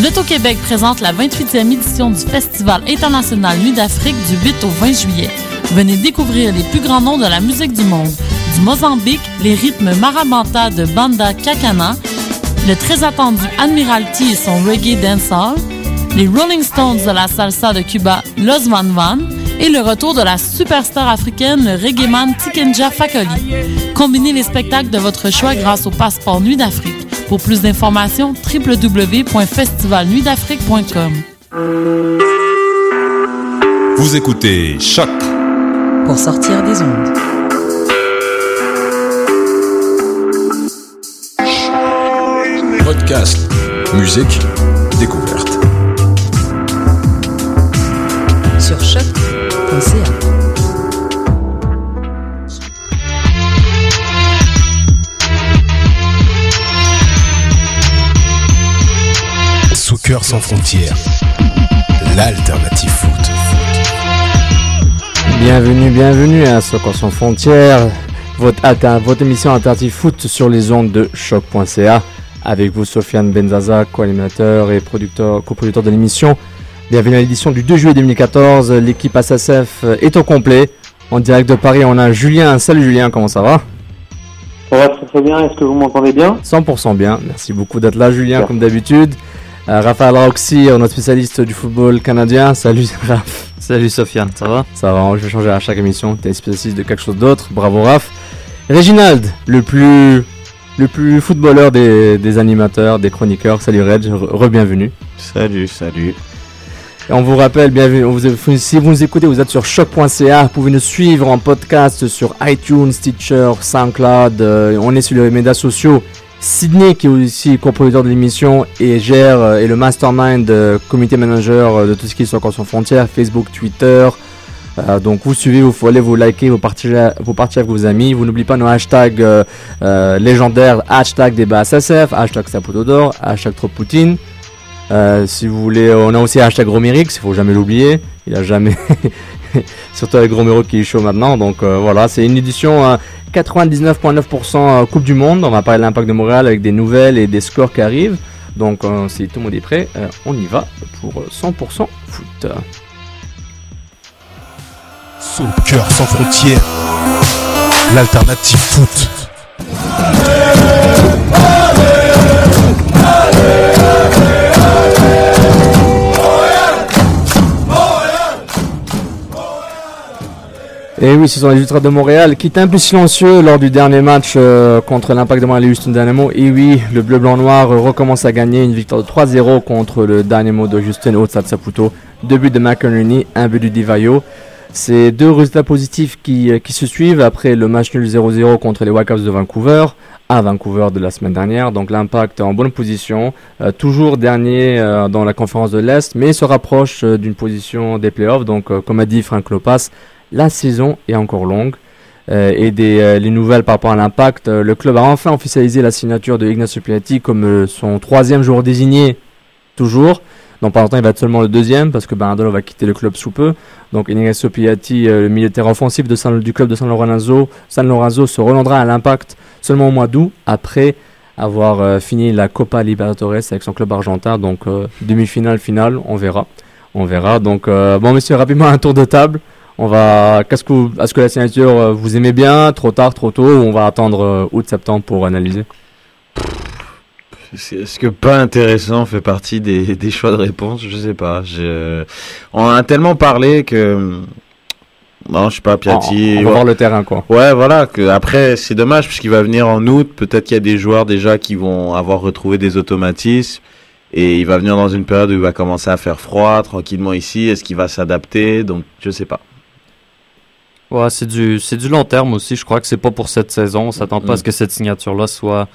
L'Auto-Québec présente la 28e édition du Festival international Nuit d'Afrique du 8 au 20 juillet. Venez découvrir les plus grands noms de la musique du monde. Du Mozambique, les rythmes marabanta de Banda Kakana, le très attendu Admiralty et son reggae dancehall, les Rolling Stones de la salsa de Cuba, Los Van Van, et le retour de la superstar africaine, le reggaeman Tikenja Fakoly. Combinez les spectacles de votre choix grâce au passeport Nuit d'Afrique. Pour plus d'informations, www.festivalnuitdafrique.com. Vous écoutez Choc pour sortir des ondes. Podcast, musique, découverte. Sur choc.ca. Soccer sans frontières, l'alternative foot. Bienvenue à Soccer sans frontières, votre émission alternative foot sur les ondes de choc.ca. Avec vous, Sofiane Benzaza, co-animateur et coproducteur de l'émission. Bienvenue à l'édition du 2 juillet 2014. L'équipe SSF est au complet. En direct de Paris, on a Julien. Salut Julien, comment ça va? Ça va très bien, est-ce que vous m'entendez bien? 100% bien, merci beaucoup d'être là Julien, comme d'habitude. Raphaël Roxy, notre spécialiste du football canadien. Salut Raph. Salut Sofiane, ça va? Ça va, je vais changer à chaque émission. Tu es spécialiste de quelque chose d'autre, bravo Raph. Réginald, le plus footballeur des animateurs, des chroniqueurs. Salut Reg, re-bienvenue. Salut. Et on vous rappelle, bienvenue, si vous nous écoutez, vous êtes sur choc.ca, vous pouvez nous suivre en podcast sur iTunes, Stitcher, SoundCloud, on est sur les médias sociaux. Sydney, qui est aussi coproducteur de l'émission et est le mastermind, community manager de tout ce qui est Soccer sans frontières, Facebook, Twitter. Donc vous suivez, vous allez vous liker, vous partagez avec vos amis. Vous n'oubliez pas nos hashtags légendaires, hashtag débat SSF, hashtag Saputo d'or, hashtag trop Poutine. Si vous voulez, on a aussi hashtag Romérix, il faut jamais l'oublier. Il a jamais, surtout avec Romero qui est chaud maintenant. Donc voilà, c'est une édition 99,9% Coupe du Monde. On va parler de l'Impact de Montréal avec des nouvelles et des scores qui arrivent. Donc si tout le monde est prêt, on y va pour 100% foot. Soccer sans frontières, l'alternative foot. Et oui, ce sont les Ultras de Montréal qui étaient un peu silencieux lors du dernier match contre l'Impact de Montréal et Houston Dynamo. Et oui, le bleu-blanc-noir recommence à gagner une victoire de 3-0 contre le Dynamo de Houston au Stade Saputo. 2 buts de McInerney, 1 but du Divayo. C'est 2 résultats positifs qui se suivent après le match nul 0-0 contre les Whitecaps de Vancouver, à Vancouver de la semaine dernière. Donc l'Impact est en bonne position, toujours dernier dans la conférence de l'Est, mais se rapproche d'une position des playoffs. Donc comme a dit Frank Lopas, la saison est encore longue. Les nouvelles par rapport à l'Impact, le club a enfin officialisé la signature de Ignacio Piatti comme son 3e joueur désigné, toujours. Donc pendant temps, il va être seulement le 2e parce que Bernardo va quitter le club sous peu. Donc Ignacio Piatti, le milieu de terrain offensif du club de San Lorenzo se rejoindra à l'Impact seulement au mois d'août après avoir fini la Copa Libertadores avec son club argentin. Donc demi-finale, finale, on verra. Donc bon messieurs, rapidement un tour de table. Est-ce que la signature vous aimez bien, trop tard, trop tôt, ou on va attendre août-septembre pour analyser? Est-ce que pas intéressant fait partie des choix de réponse? Je sais pas. On en a tellement parlé que non, je sais pas, Piatti. On va voir le terrain, quoi. Ouais, voilà. Après, c'est dommage parce qu'il va venir en août. Peut-être qu'il y a des joueurs déjà qui vont avoir retrouvé des automatismes et il va venir dans une période où il va commencer à faire froid tranquillement ici. Est-ce qu'il va s'adapter? Donc, je sais pas. Ouais, c'est du long terme aussi. Je crois que c'est pas pour cette saison. On s'attend pas à ce que cette signature-là soit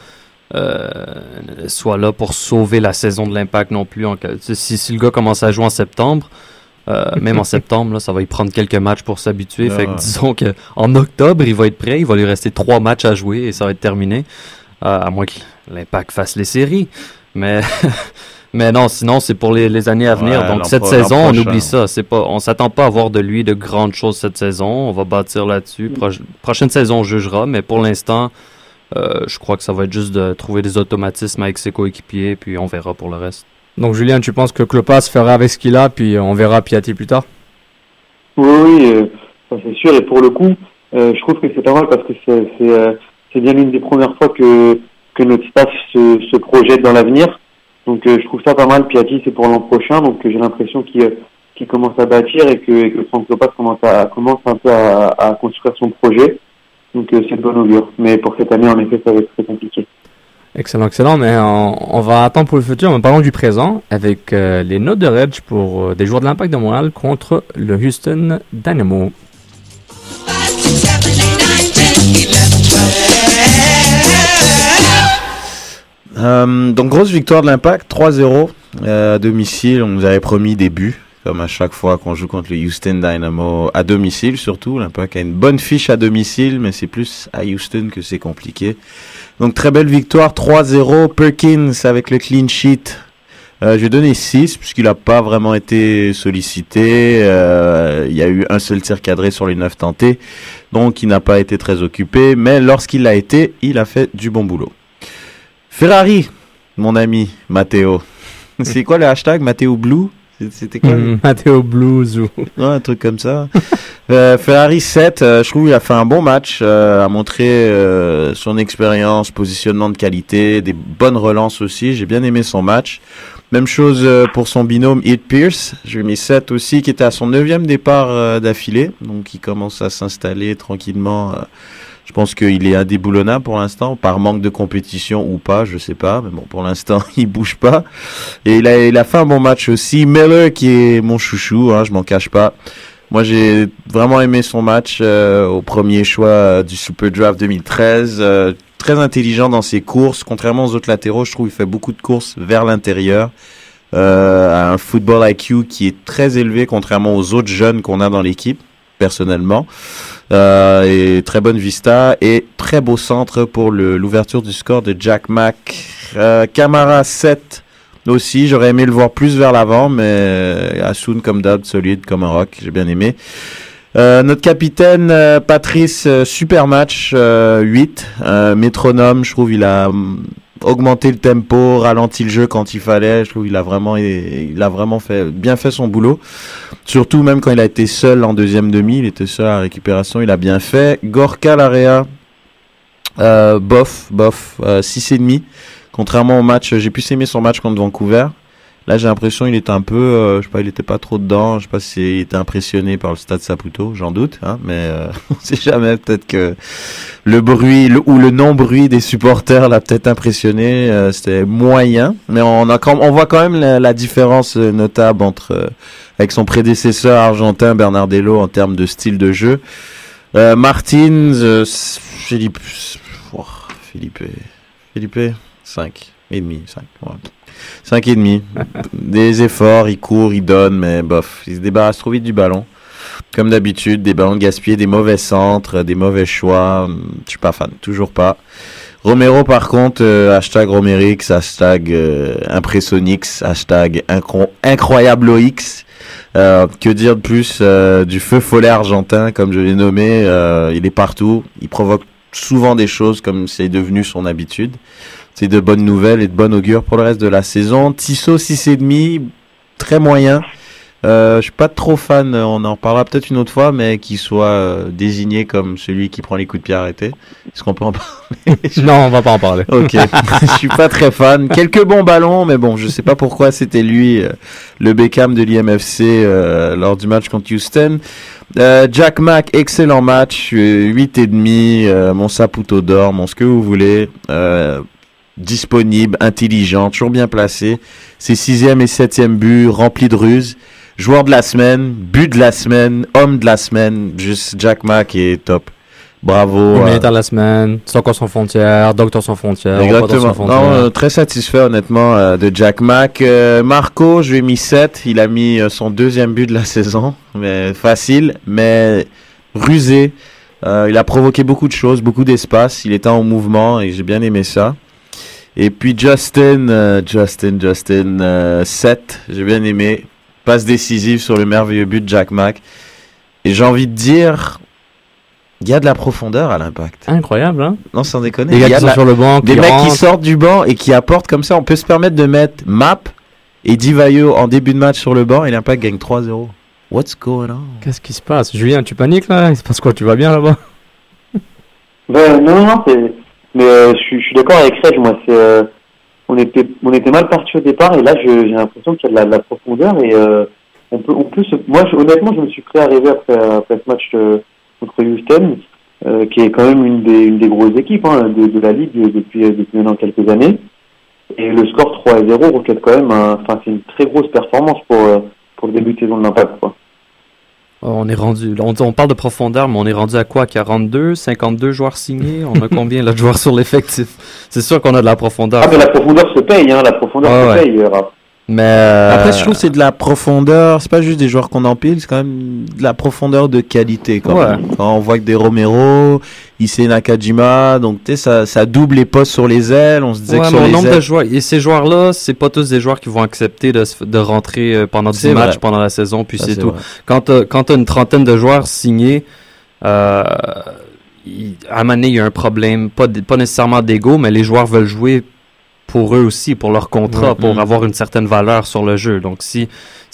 là pour sauver la saison de l'Impact non plus. Si le gars commence à jouer en septembre, même en septembre, là, ça va y prendre quelques matchs pour s'habituer. Fait que disons qu'en octobre, il va être prêt. Il va lui rester 3 matchs à jouer et ça va être terminé. À moins que l'Impact fasse les séries. Mais non, sinon, c'est pour les années à venir. Donc, cette saison, on oublie ça. On s'attend pas à voir de lui de grandes choses cette saison. On va bâtir là-dessus. Prochaine saison, on jugera. Mais pour l'instant, je crois que ça va être juste de trouver des automatismes avec ses coéquipiers. Puis, on verra pour le reste. Donc Julien, tu penses que Klopas fera avec ce qu'il a, puis on verra Piatti plus tard? Oui, ça c'est sûr. Et pour le coup, je trouve que c'est pas mal parce que c'est bien l'une des premières fois que notre staff se projette dans l'avenir. Donc je trouve ça pas mal. Piatti, c'est pour l'an prochain. Donc j'ai l'impression qu'il commence à bâtir et que Franck Klopas commence un peu à construire son projet. Donc c'est de bon augure. Mais pour cette année, en effet, ça va être très compliqué. Excellent, mais on va attendre pour le futur, mais parlons du présent avec les notes de Reg pour des joueurs de l'Impact de Montréal contre le Houston Dynamo. Donc grosse victoire de l'Impact, 3-0 à domicile. On nous avait promis des buts, comme à chaque fois qu'on joue contre le Houston Dynamo à domicile surtout. L'Impact a une bonne fiche à domicile, mais c'est plus à Houston que c'est compliqué. Donc très belle victoire, 3-0. Perkins avec le clean sheet. Je vais donner 6 puisqu'il n'a pas vraiment été sollicité. Il y a eu un seul tir cadré sur les 9 tentés. Donc il n'a pas été très occupé. Mais lorsqu'il l'a été, il a fait du bon boulot. Ferrari, mon ami Matteo. C'est quoi le hashtag Matteo Blue? C'était quoi? Matteo Blues ou... Ouais, un truc comme ça. Ferrari 7, je trouve qu'il a fait un bon match, a montré son expérience, positionnement de qualité, des bonnes relances aussi. J'ai bien aimé son match. Même chose pour son binôme Heath Pierce. J'ai mis 7 aussi, qui était à son 9e départ d'affilée. Donc il commence à s'installer tranquillement. Je pense qu'il est indéboulonnable pour l'instant, par manque de compétition ou pas, je sais pas. Mais bon, pour l'instant, il bouge pas. Et il a fait un bon match aussi. Miller, qui est mon chouchou, je m'en cache pas. Moi, j'ai vraiment aimé son match au premier choix du Super Draft 2013. Très intelligent dans ses courses. Contrairement aux autres latéraux, je trouve qu'il fait beaucoup de courses vers l'intérieur. Un football IQ qui est très élevé, contrairement aux autres jeunes qu'on a dans l'équipe, personnellement. Et très bonne vista et très beau centre pour l'ouverture du score de Jack Mack. Camara 7 aussi, j'aurais aimé le voir plus vers l'avant, mais Asun comme d'hab, solide comme un roc, j'ai bien aimé. Notre capitaine Patrice, super match, 8, métronome, je trouve il a augmenté le tempo, ralenti le jeu quand il fallait. Je trouve il a vraiment bien fait son boulot. Surtout même quand il a été seul en deuxième demi, il était seul à la récupération, il a bien fait. Gorka Larea, bof, 6,5. Contrairement au match, j'ai plus aimé son match contre Vancouver. Là, j'ai l'impression qu'il était un peu, il était pas trop dedans. Je sais pas s'il était impressionné par le Stade Saputo, j'en doute, mais on sait jamais. Peut-être que le bruit ou le non-bruit des supporters l'a peut-être impressionné. C'était moyen, mais on voit quand même la différence notable avec son prédécesseur argentin Bernardello en termes de style de jeu. Martins, Felipe, 5,5. 5,5. Des efforts, il court, il donne, mais bof, il se débarrasse trop vite du ballon. Comme d'habitude, des ballons gaspillés, des mauvais centres, des mauvais choix. Je suis pas fan, toujours pas. Romero, par contre, hashtag Romerix, hashtag Impressonix, hashtag Incroyableox. Que dire de plus du feu follet argentin, comme je l'ai nommé. Il est partout, il provoque souvent des choses comme c'est devenu son habitude. C'est de bonnes nouvelles et de bonne augure pour le reste de la saison. Tissot 6,5, très moyen. Je suis pas trop fan, on en reparlera peut-être une autre fois, mais qu'il soit désigné comme celui qui prend les coups de pied arrêtés. Est-ce qu'on peut en parler? Non, on va pas en parler. Ok, je suis pas très fan. Quelques bons ballons, mais bon, je sais pas pourquoi c'était lui, le Beckham de l'IMFC lors du match contre Houston. Jack Mack, excellent match, 8,5, mon Saputo d'or, mon ce que vous voulez. Disponible, intelligent, toujours bien placé. Ses 6e et 7e buts, remplis de ruse. Joueur de la semaine, but de la semaine, homme de la semaine. Juste Jack Mack est top. Bravo. Militaire de la semaine, Soccer sans frontières, Docteur sans frontières. Exactement. Non, très satisfait honnêtement de Jack Mack. Marco, je lui ai mis 7. Il a mis son 2e but de la saison. Mais facile, mais rusé. Il a provoqué beaucoup de choses, beaucoup d'espace. Il était en mouvement et j'ai bien aimé ça. Et puis Justin, 7, j'ai bien aimé. Passe décisive sur le merveilleux but de Jack Mack. Et j'ai envie de dire, il y a de la profondeur à l'Impact. Incroyable, hein? Non, sans déconner. Des gars qui sont sur le banc, des mecs qui sortent du banc et qui apportent comme ça. On peut se permettre de mettre Map Et Divayo en début de match sur le banc et l'Impact gagne 3-0. What's going on? Qu'est-ce qui se passe? Julien, tu paniques là? Il se passe quoi? Tu vas bien là-bas? Non, mais je suis d'accord avec Reg, moi, on était mal parti au départ, et là, j'ai l'impression qu'il y a de la profondeur, et honnêtement, je me suis prêt à rêver après ce match contre Houston, qui est quand même une des grosses équipes de la Ligue depuis maintenant quelques années. Et le score 3-0 reflète quand même, c'est une très grosse performance pour le début de saison de l'Impact, quoi. On est rendu, on parle de profondeur, mais on est rendu à quoi? 42, 52 joueurs signés? On a combien là, de joueurs sur l'effectif? C'est sûr qu'on a de la profondeur. Ah, mais la profondeur se paye, la profondeur se paye, Raph. Mais après, je trouve que c'est de la profondeur, c'est pas juste des joueurs qu'on empile, c'est quand même de la profondeur de qualité quand même. Quand on voit que des Romero, Issei Nakajima, donc tu sais, ça double les postes sur les ailes, on se disait que sur les nombre ailes... de joueurs, et ces joueurs-là, c'est pas tous des joueurs qui vont accepter de rentrer pendant 10 matchs pendant la saison, puis c'est tout. Quand t'as une trentaine de joueurs signés, à un moment donné, il y a un problème, pas nécessairement d'ego, mais les joueurs veulent jouer pour eux aussi, pour leur contrat, pour avoir une certaine valeur sur le jeu. Donc si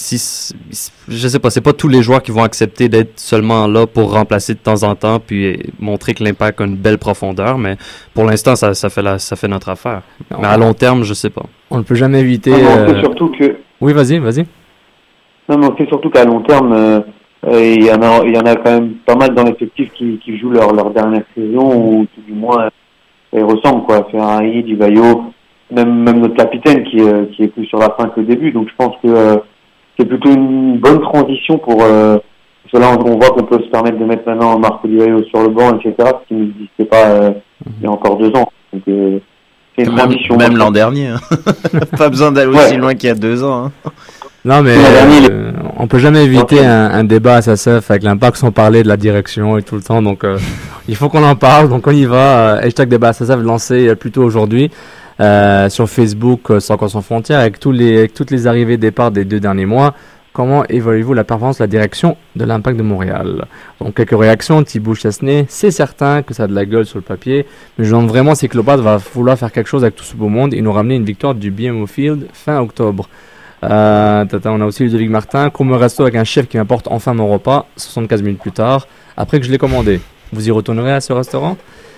je sais pas, c'est pas tous les joueurs qui vont accepter d'être seulement là pour remplacer de temps en temps puis montrer que l'Impact a une belle profondeur, mais pour l'instant ça fait notre affaire. Mais à long terme, je sais pas. On ne peut jamais éviter. On sait surtout que. Oui, vas-y. Non, mais on sait surtout qu'à long terme, il y en a quand même pas mal dans l'effectif qui jouent leur dernière saison, ou tout du moins ils ressemblent, quoi. Ferrari, Divayo, même notre capitaine qui est plus sur la fin que le début. Donc je pense que c'est plutôt une bonne transition pour parce que là on voit qu'on peut se permettre de mettre maintenant Marco Divayo sur le banc, etc., ce qui n'existait pas il y a encore 2 ans. Donc c'est une transition. Même l'an dernier. Pas besoin d'aller aussi loin qu'il y a 2 ans. Non, mais on peut jamais éviter un débat à SACEF avec l'Impact sans parler de la direction et tout le temps. Donc il faut qu'on en parle. Donc on y va. Hashtag débat à SACEF lancé plus tôt aujourd'hui. Sur Facebook, sans frontières, avec toutes les arrivées et départs des 2 derniers mois. Comment évaluez-vous la performance de la direction de l'Impact de Montréal? Donc quelques réactions. Thibaut Chassenet, c'est certain que ça a de la gueule sur le papier, mais je demande vraiment si Klopas va vouloir faire quelque chose avec tout ce beau monde et nous ramener une victoire du BMO Field fin octobre. On a aussi Ludovic Martin, qu'on me resto avec un chef qui m'apporte enfin mon repas 75 minutes plus tard, après que je l'ai commandé. Vous y retournerez à ce restaurant?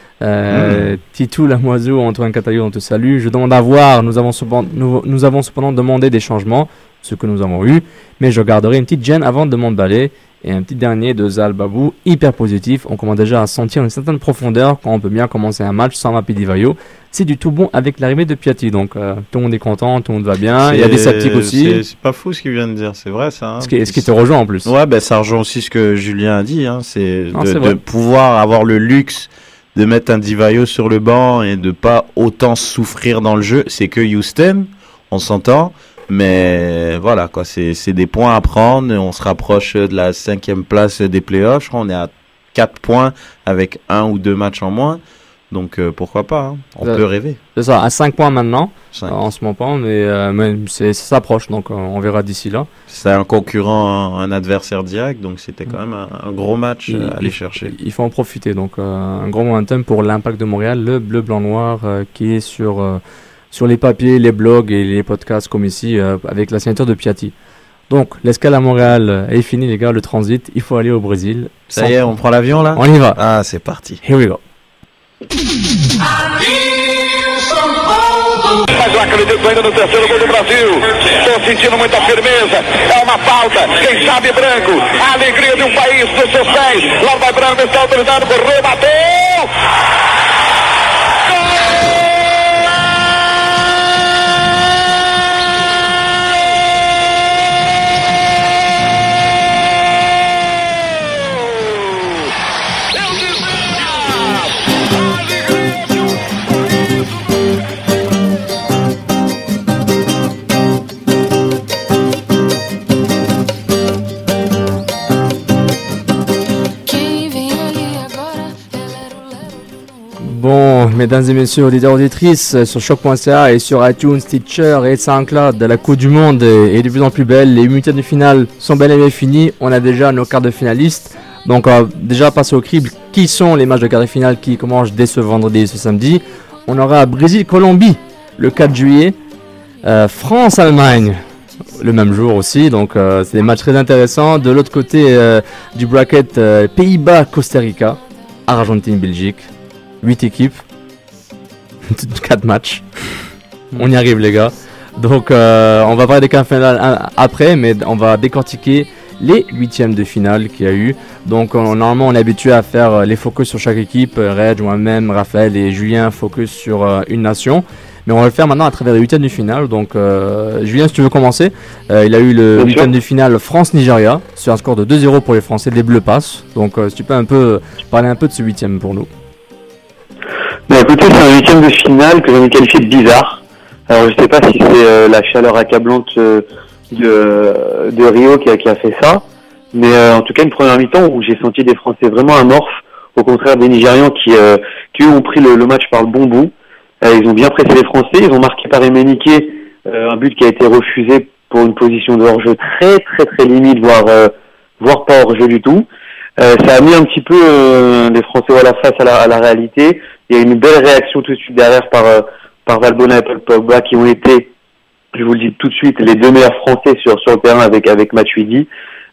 Titou Lamoiseau, Antoine Catalio, on te salue. Je demande à voir, nous avons cependant demandé des changements, ce que nous avons eu, mais je garderai une petite gêne avant de m'emballer. Et un petit dernier de Zal Babou, hyper positif. On commence déjà à sentir une certaine profondeur quand on peut bien commencer un match sans Mapi Divayo. C'est du tout bon avec l'arrivée de Piatti. Donc tout le monde est content, tout le monde va bien. Il y a des sceptiques aussi. C'est pas fou ce qu'il vient de dire, c'est vrai ça. Ce qui te rejoint en plus. Ouais, ça rejoint aussi ce que Julien a dit. C'est de pouvoir avoir le luxe de mettre un Divayo sur le banc et de pas autant souffrir dans le jeu. C'est que Houston, on s'entend. Mais voilà, quoi, c'est des points à prendre. On se rapproche de la 5e place des playoffs. Je crois qu'on est à 4 points avec 1 ou 2 matchs en moins. Donc pourquoi pas, on peut rêver. C'est ça, à 5 points maintenant, en ce moment, mais ça s'approche, donc on verra d'ici là. C'est un concurrent, un adversaire direct, donc c'était quand même un gros match à aller chercher. Il faut en profiter, donc un gros momentum pour l'Impact de Montréal, le bleu, blanc, noir qui est sur les papiers, les blogs et les podcasts comme ici, avec la signature de Piatti. Donc, l'escale à Montréal est finie, les gars, le transit, il faut aller au Brésil. Ça y est, on prend l'avion là? On y va. Ah, c'est parti. Here we go. Mas eu acredito ainda no terceiro gol do Brasil. Estou sentindo muita firmeza. É uma falta. Quem sabe Branco. A alegria de um país dos seus pés. Lá vai Branco, está autorizado, correu, bateu. Bon, mesdames et messieurs, auditeurs auditrices, sur choc.ca et sur iTunes, Stitcher et SoundCloud, la Coupe du Monde est de plus en plus belle. Les huitièmes de finale sont bel et bien finis. On a déjà nos quarts de finalistes. Donc, on va déjà passer au crible. Qui sont les matchs de quarts de finale qui commencent dès ce vendredi et ce samedi? On aura Brésil-Colombie le 4 juillet. France-Allemagne le même jour aussi, donc c'est des matchs très intéressants. De l'autre côté du bracket, Pays-Bas-Costa Rica, Argentine-Belgique, 8 équipes, 4 matchs. On y arrive les gars. Donc on va parler des quarts finales après, mais on va décortiquer les huitièmes de finale qu'il y a eu. Donc normalement on est habitué à faire les focus sur chaque équipe, Reg, moi-même, Raphaël et Julien focus sur une nation. Mais on va le faire maintenant à travers les huitièmes de finale. Donc Julien, si tu veux commencer, il a eu le huitième de finale France-Nigeria sur un score de 2-0 pour les Français, les Bleus passent. Donc si tu peux parler un peu de ce huitième pour nous. Bah écoutez, c'est un huitième de finale que j'en ai qualifié de bizarre. Alors je sais pas si c'est la chaleur accablante de Rio qui a fait ça, mais en tout cas une première mi-temps où j'ai senti des Français vraiment amorphes, au contraire des Nigérians qui eux ont pris le match par le bon bout. Ils ont bien pressé les Français, ils ont marqué par Emenike un but qui a été refusé pour une position de hors-jeu très très très limite, voire pas hors-jeu du tout. Ça a mis un petit peu les Français face à la réalité. Il y a une belle réaction tout de suite derrière par Valbuena et Paul Pogba qui ont été, je vous le dis tout de suite, les deux meilleurs Français sur le terrain avec Matuidi.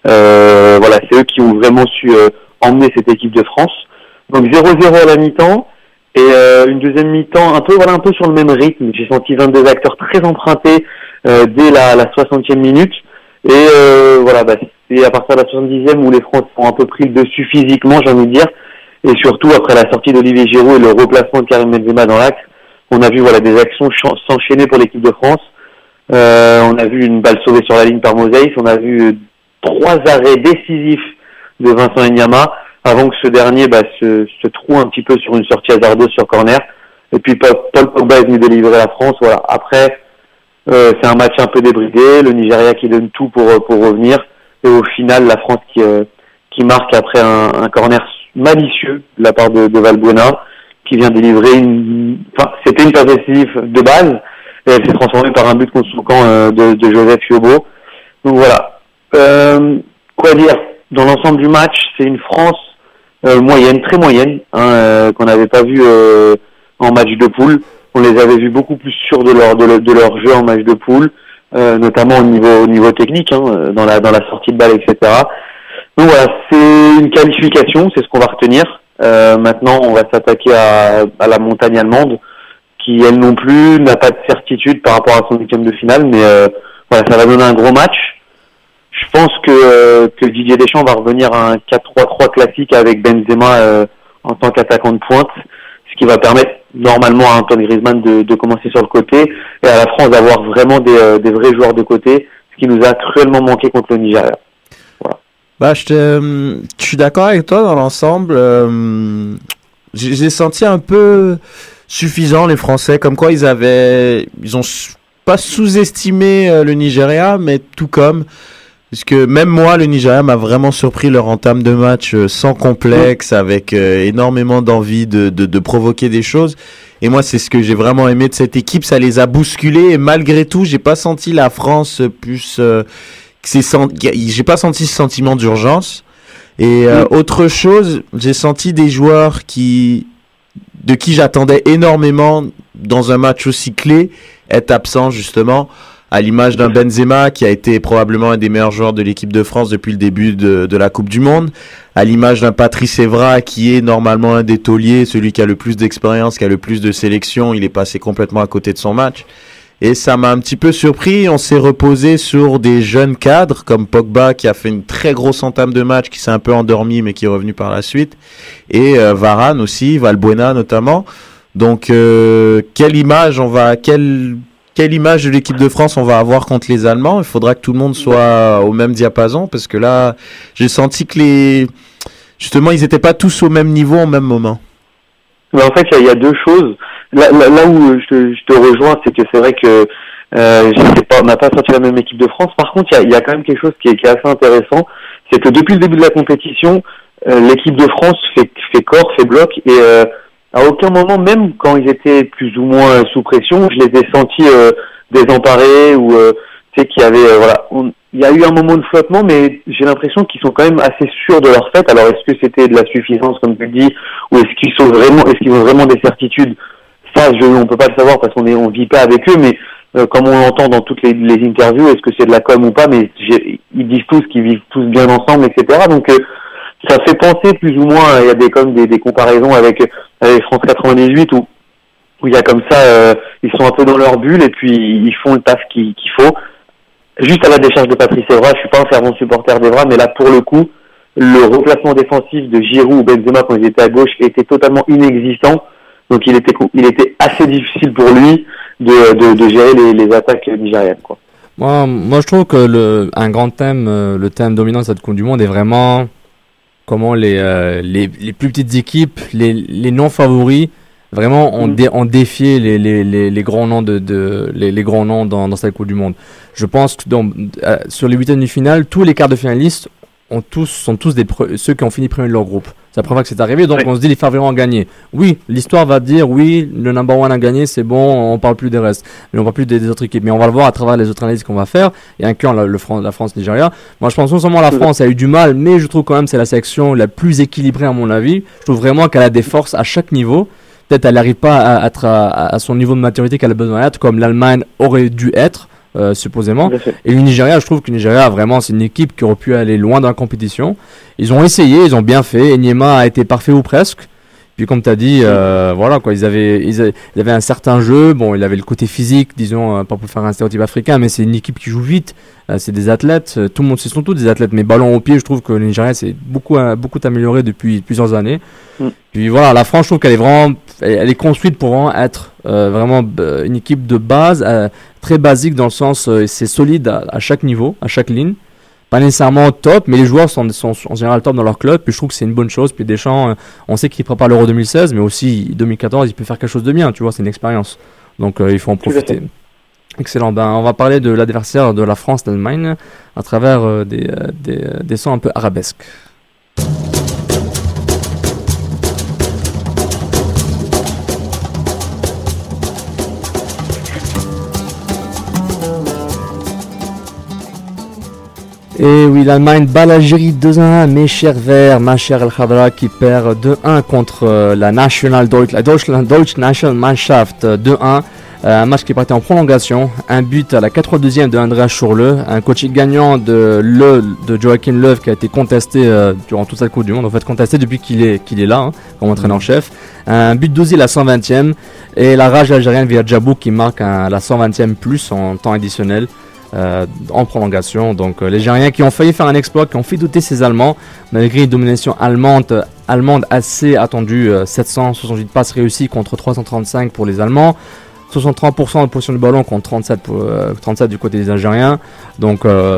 C'est eux qui ont vraiment su emmener cette équipe de France. Donc 0-0 à la mi-temps et une deuxième mi-temps un peu sur le même rythme. J'ai senti 22 acteurs très empruntés dès la 60e minute et c'est à partir de la 70e où les Français ont un peu pris le dessus physiquement, j'ai envie de dire, et surtout après la sortie d'Olivier Giroud et le replacement de Karim Benzema dans l'axe, on a vu des actions s'enchaîner pour l'équipe de France. On a vu une balle sauvée sur la ligne par Mosaïs, on a vu 3 arrêts décisifs de Vincent Enyama avant que ce dernier se trouve un petit peu sur une sortie hasardeuse sur corner. Et puis Paul Pogba est venu délivrer la France. Voilà. Après, c'est un match un peu débridé, le Nigeria qui donne tout pour revenir, et au final la France qui marque après un corner malicieux de la part de Valbuena, qui vient délivrer c'était une passe décisive de base et elle s'est transformée par un but contre son camp de Joseph Yobo. Donc voilà. Quoi dire, dans l'ensemble du match, c'est une France moyenne, très moyenne, qu'on n'avait pas vu en match de poule. On les avait vus beaucoup plus sûrs de leur jeu en match de poule, notamment au niveau technique, dans la sortie de balle, etc. Donc voilà, c'est une qualification, c'est ce qu'on va retenir. Maintenant, on va s'attaquer à la montagne allemande, qui elle non plus n'a pas de certitude par rapport à son huitième de finale, mais ça va donner un gros match. Je pense que Didier Deschamps va revenir à un 4-3-3 classique avec Benzema en tant qu'attaquant de pointe, ce qui va permettre normalement à Antoine Griezmann de commencer sur le côté et à la France d'avoir vraiment des vrais joueurs de côté, ce qui nous a cruellement manqué contre le Nigeria. Voilà. Je suis d'accord avec toi dans l'ensemble. J'ai senti un peu suffisant les Français, comme quoi ils ont pas sous-estimé le Nigeria, mais tout comme, parce que même moi, le Nigeria m'a vraiment surpris leur entame de match sans complexe, avec énormément d'envie de provoquer des choses. Et moi, c'est ce que j'ai vraiment aimé de cette équipe, ça les a bousculés. Et malgré tout, j'ai pas senti la France plus j'ai pas senti ce sentiment d'urgence. Et autre chose, j'ai senti des joueurs de qui j'attendais énormément dans un match aussi clé être absents, justement, à l'image d'un Benzema qui a été probablement un des meilleurs joueurs de l'équipe de France depuis le début de la Coupe du Monde, à l'image d'un Patrice Evra qui est normalement un des tauliers, celui qui a le plus d'expérience, qui a le plus de sélection. Il est passé complètement à côté de son match. Et ça m'a un petit peu surpris. On s'est reposé sur des jeunes cadres comme Pogba qui a fait une très grosse entame de match, qui s'est un peu endormi mais qui est revenu par la suite. Et Varane aussi, Valbuena notamment. Donc quelle image de l'équipe de France on va avoir contre les Allemands? Il faudra que tout le monde soit au même diapason, parce que là, j'ai senti que justement, ils n'étaient pas tous au même niveau au même moment. Mais en fait, il y a deux choses. Là où je te rejoins, c'est que c'est vrai que on n'a pas sorti la même équipe de France. Par contre, il y a quand même quelque chose qui est assez intéressant, c'est que depuis le début de la compétition, l'équipe de France fait corps, fait bloc, et à aucun moment, même quand ils étaient plus ou moins sous pression, je les ai sentis désemparés ou qu'il y avait il y a eu un moment de flottement, mais j'ai l'impression qu'ils sont quand même assez sûrs de leur fait. Alors est-ce que c'était de la suffisance, comme tu le dis, ou est-ce qu'ils ont vraiment des certitudes? Ça, on peut pas le savoir parce qu'on vit pas avec eux, mais comme on l'entend dans toutes les interviews, est-ce que c'est de la com ou pas, mais ils disent tous qu'ils vivent tous bien ensemble, etc. Donc ça fait penser plus ou moins, il y a des comparaisons avec France 98 où il y a comme ça, ils sont un peu dans leur bulle et puis ils font le taf qu'il faut. Juste à la décharge de Patrice Evra, je suis pas un fervent supporter d'Evra, mais là pour le coup, le replacement défensif de Giroud ou Benzema quand ils étaient à gauche était totalement inexistant. Donc il était assez difficile pour lui de gérer les attaques nigériennes, quoi. Moi je trouve que un grand thème, le thème dominant de cette Coupe du Monde est vraiment comment les plus petites équipes, les non favoris, vraiment ont défié les grands noms les grands noms dans cette Coupe du Monde. Je pense que sur les huitièmes de finale, tous les quarts de finalistes sont tous ceux qui ont fini premier de leur groupe. C'est la première fois que c'est arrivé, donc on se dit les favoris ont gagné. Oui, l'histoire va dire oui, le number one a gagné, c'est bon, on parle plus des restes, mais on parle plus des autres équipes. Mais on va le voir à travers les autres analyses qu'on va faire, et incluant la France-Nigeria. Moi, je pense non seulement la France a eu du mal, mais je trouve quand même c'est la sélection la plus équilibrée à mon avis. Je trouve vraiment qu'elle a des forces à chaque niveau. Peut-être elle n'arrive pas à être à son niveau de maturité qu'elle a besoin d'être, comme l'Allemagne aurait dû être. Supposément. Et le Nigeria, je trouve que le Nigeria, vraiment, c'est une équipe qui aurait pu aller loin dans la compétition. Ils ont essayé, ils ont bien fait. Enyema a été parfait ou presque. Puis comme tu as dit, voilà quoi, ils avaient un certain jeu. Bon, il avait le côté physique, disons, pas pour faire un stéréotype africain, mais c'est une équipe qui joue vite. C'est des athlètes. Tout le monde, ce sont tous des athlètes. Mais ballon au pied, je trouve que le Nigeria s'est beaucoup amélioré depuis plusieurs années. Puis voilà, la France, je trouve qu'elle est vraiment, elle est construite pour vraiment être vraiment une équipe de base, très basique dans le sens, c'est solide à chaque niveau, à chaque ligne. Pas nécessairement top, mais les joueurs sont en général top dans leur club. Puis je trouve que c'est une bonne chose. Puis Deschamps, on sait qu'il prépare l'Euro 2016, mais aussi 2014, il peut faire quelque chose de bien. Tu vois, c'est une expérience. Donc il faut en profiter. Excellent. Ben, on va parler de l'adversaire de la France, l'Allemagne, à travers des sons un peu arabesques. Et oui, l'Allemagne bat l'Algérie 2-1, mes chers Verts, ma chère El Khadra qui perd 2-1 contre la Deutsche Nationalmannschaft 2-1. Un match qui est parti en prolongation, un but à la 82e de Andreas Schürrle, un coaching gagnant de Joachim Löw qui a été contesté durant toute cette Coupe du Monde, en fait contesté depuis qu'il est là, comme entraîneur-chef. Un but d'Ozil à la 120e et la rage algérienne via Djabou qui marque à la 120e plus en temps additionnel. En prolongation, donc les Algériens qui ont failli faire un exploit, qui ont fait douter ces Allemands malgré une domination allemande assez attendue, 768 passes réussies contre 335 pour les Allemands, 63% de possession du ballon contre 37 du côté des Algériens, donc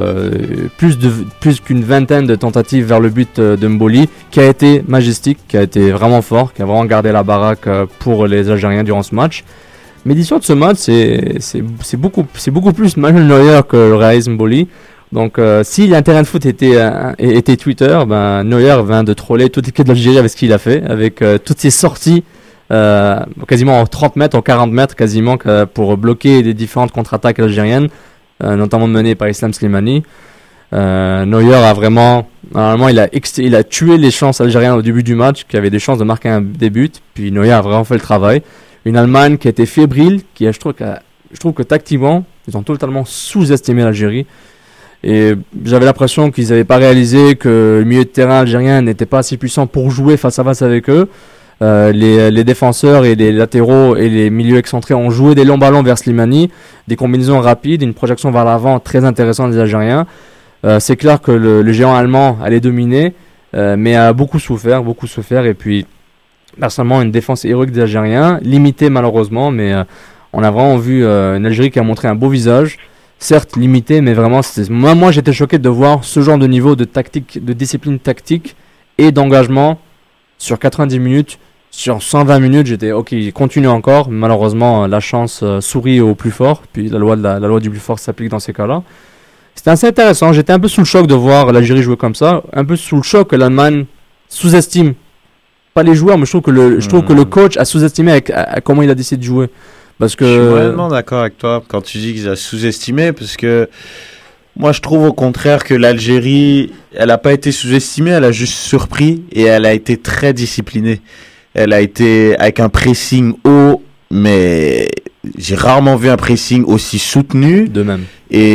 plus qu'une vingtaine de tentatives vers le but de Mboli, qui a été majestique, qui a été vraiment fort, qui a vraiment gardé la baraque pour les Algériens durant ce match. Mais l'édition de ce match, c'est beaucoup plus Manuel Neuer que le réalisme Mboli. Donc, si l'intérêt de foot était Twitter, ben Neuer vient de troller toute l'équipe d'Algérie avec ce qu'il a fait, avec toutes ses sorties, quasiment en 30 mètres, en 40 mètres, quasiment, pour bloquer les différentes contre-attaques algériennes, notamment menées par Islam Slimani. Neuer a vraiment, normalement, il a tué les chances algériennes au début du match, qui avaient des chances de marquer des buts. Puis Neuer a vraiment fait le travail. Une Allemagne qui a été fébrile, je trouve que tactiquement, ils ont totalement sous-estimé l'Algérie. Et j'avais l'impression qu'ils n'avaient pas réalisé que le milieu de terrain algérien n'était pas assez puissant pour jouer face à face avec eux. Les défenseurs et les latéraux et les milieux excentrés ont joué des longs ballons vers Slimani, des combinaisons rapides, une projection vers l'avant très intéressante des Algériens. C'est clair que le géant allemand allait dominer, mais a beaucoup souffert. Et puis, personnellement, une défense héroïque des Algériens, limitée malheureusement, mais on a vraiment vu une Algérie qui a montré un beau visage, certes limité, mais vraiment, moi j'étais choqué de voir ce genre de niveau de tactique, de discipline tactique et d'engagement sur 90 minutes, sur 120 minutes, j'étais ok, continue encore, malheureusement la chance sourit au plus fort, puis la loi du plus fort s'applique dans ces cas-là. C'était assez intéressant, j'étais un peu sous le choc de voir l'Algérie jouer comme ça, un peu sous le choc que l'Allemagne sous-estime pas les joueurs, mais je trouve que le coach a sous-estimé avec comment il a décidé de jouer. Parce que je suis vraiment d'accord avec toi quand tu dis qu'ils ont sous-estimé, parce que moi je trouve au contraire que l'Algérie, elle n'a pas été sous-estimée, elle a juste surpris et elle a été très disciplinée. Elle a été avec un pressing haut, mais J'ai rarement vu un pressing aussi soutenu. De même.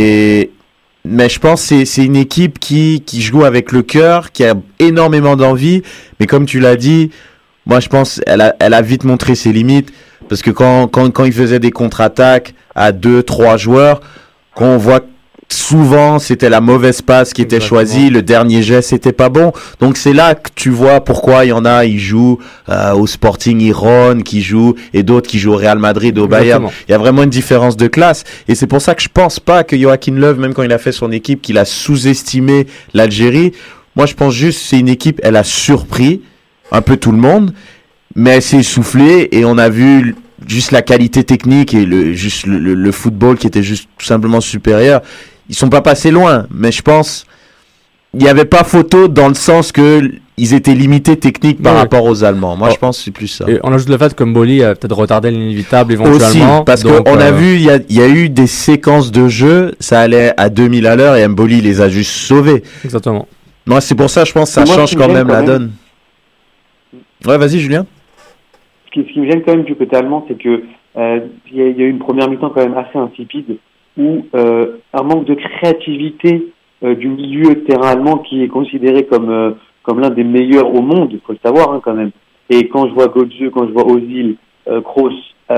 Mais je pense que c'est une équipe qui joue avec le cœur, qui a énormément d'envie. Mais comme tu l'as dit, moi je pense elle a vite montré ses limites. Parce que quand il faisait des contre-attaques à 2-3 joueurs, quand on voit souvent c'était la mauvaise passe qui était choisie, le dernier geste c'était pas bon. Donc c'est là que tu vois pourquoi il y en a, ils jouent au Sporting Iran, qui jouent, et d'autres qui jouent au Real Madrid, au Bayern. Il y a vraiment une différence de classe. Et c'est pour ça que je pense pas que Joachim Löw, même quand il a fait son équipe, qu'il a sous-estimé l'Algérie. Moi je pense juste c'est une équipe, elle a surpris un peu tout le monde, mais elle s'est essoufflée et on a vu juste la qualité technique et le football qui était juste tout simplement supérieur. Ils sont pas passés loin, mais je pense il n'y avait pas photo dans le sens que ils étaient limités techniques par rapport aux Allemands. Moi, je pense que c'est plus ça. Et on ajoute le fait que Mboli a peut-être retardé l'inévitable éventuellement. Aussi, parce qu'on a vu, il y a eu des séquences de jeu, ça allait à 2000 à l'heure et Mboli les a juste sauvés. Exactement. Moi, c'est pour ça, je pense que ça change quand même la donne. Ouais, vas-y, Julien. Ce qui me gêne quand même du côté allemand, c'est que il y a eu une première mi-temps quand même assez insipide, où un manque de créativité du milieu de terrain allemand qui est considéré comme l'un des meilleurs au monde, il faut le savoir quand même. Et quand je vois Götze, quand je vois Ozil, Kroos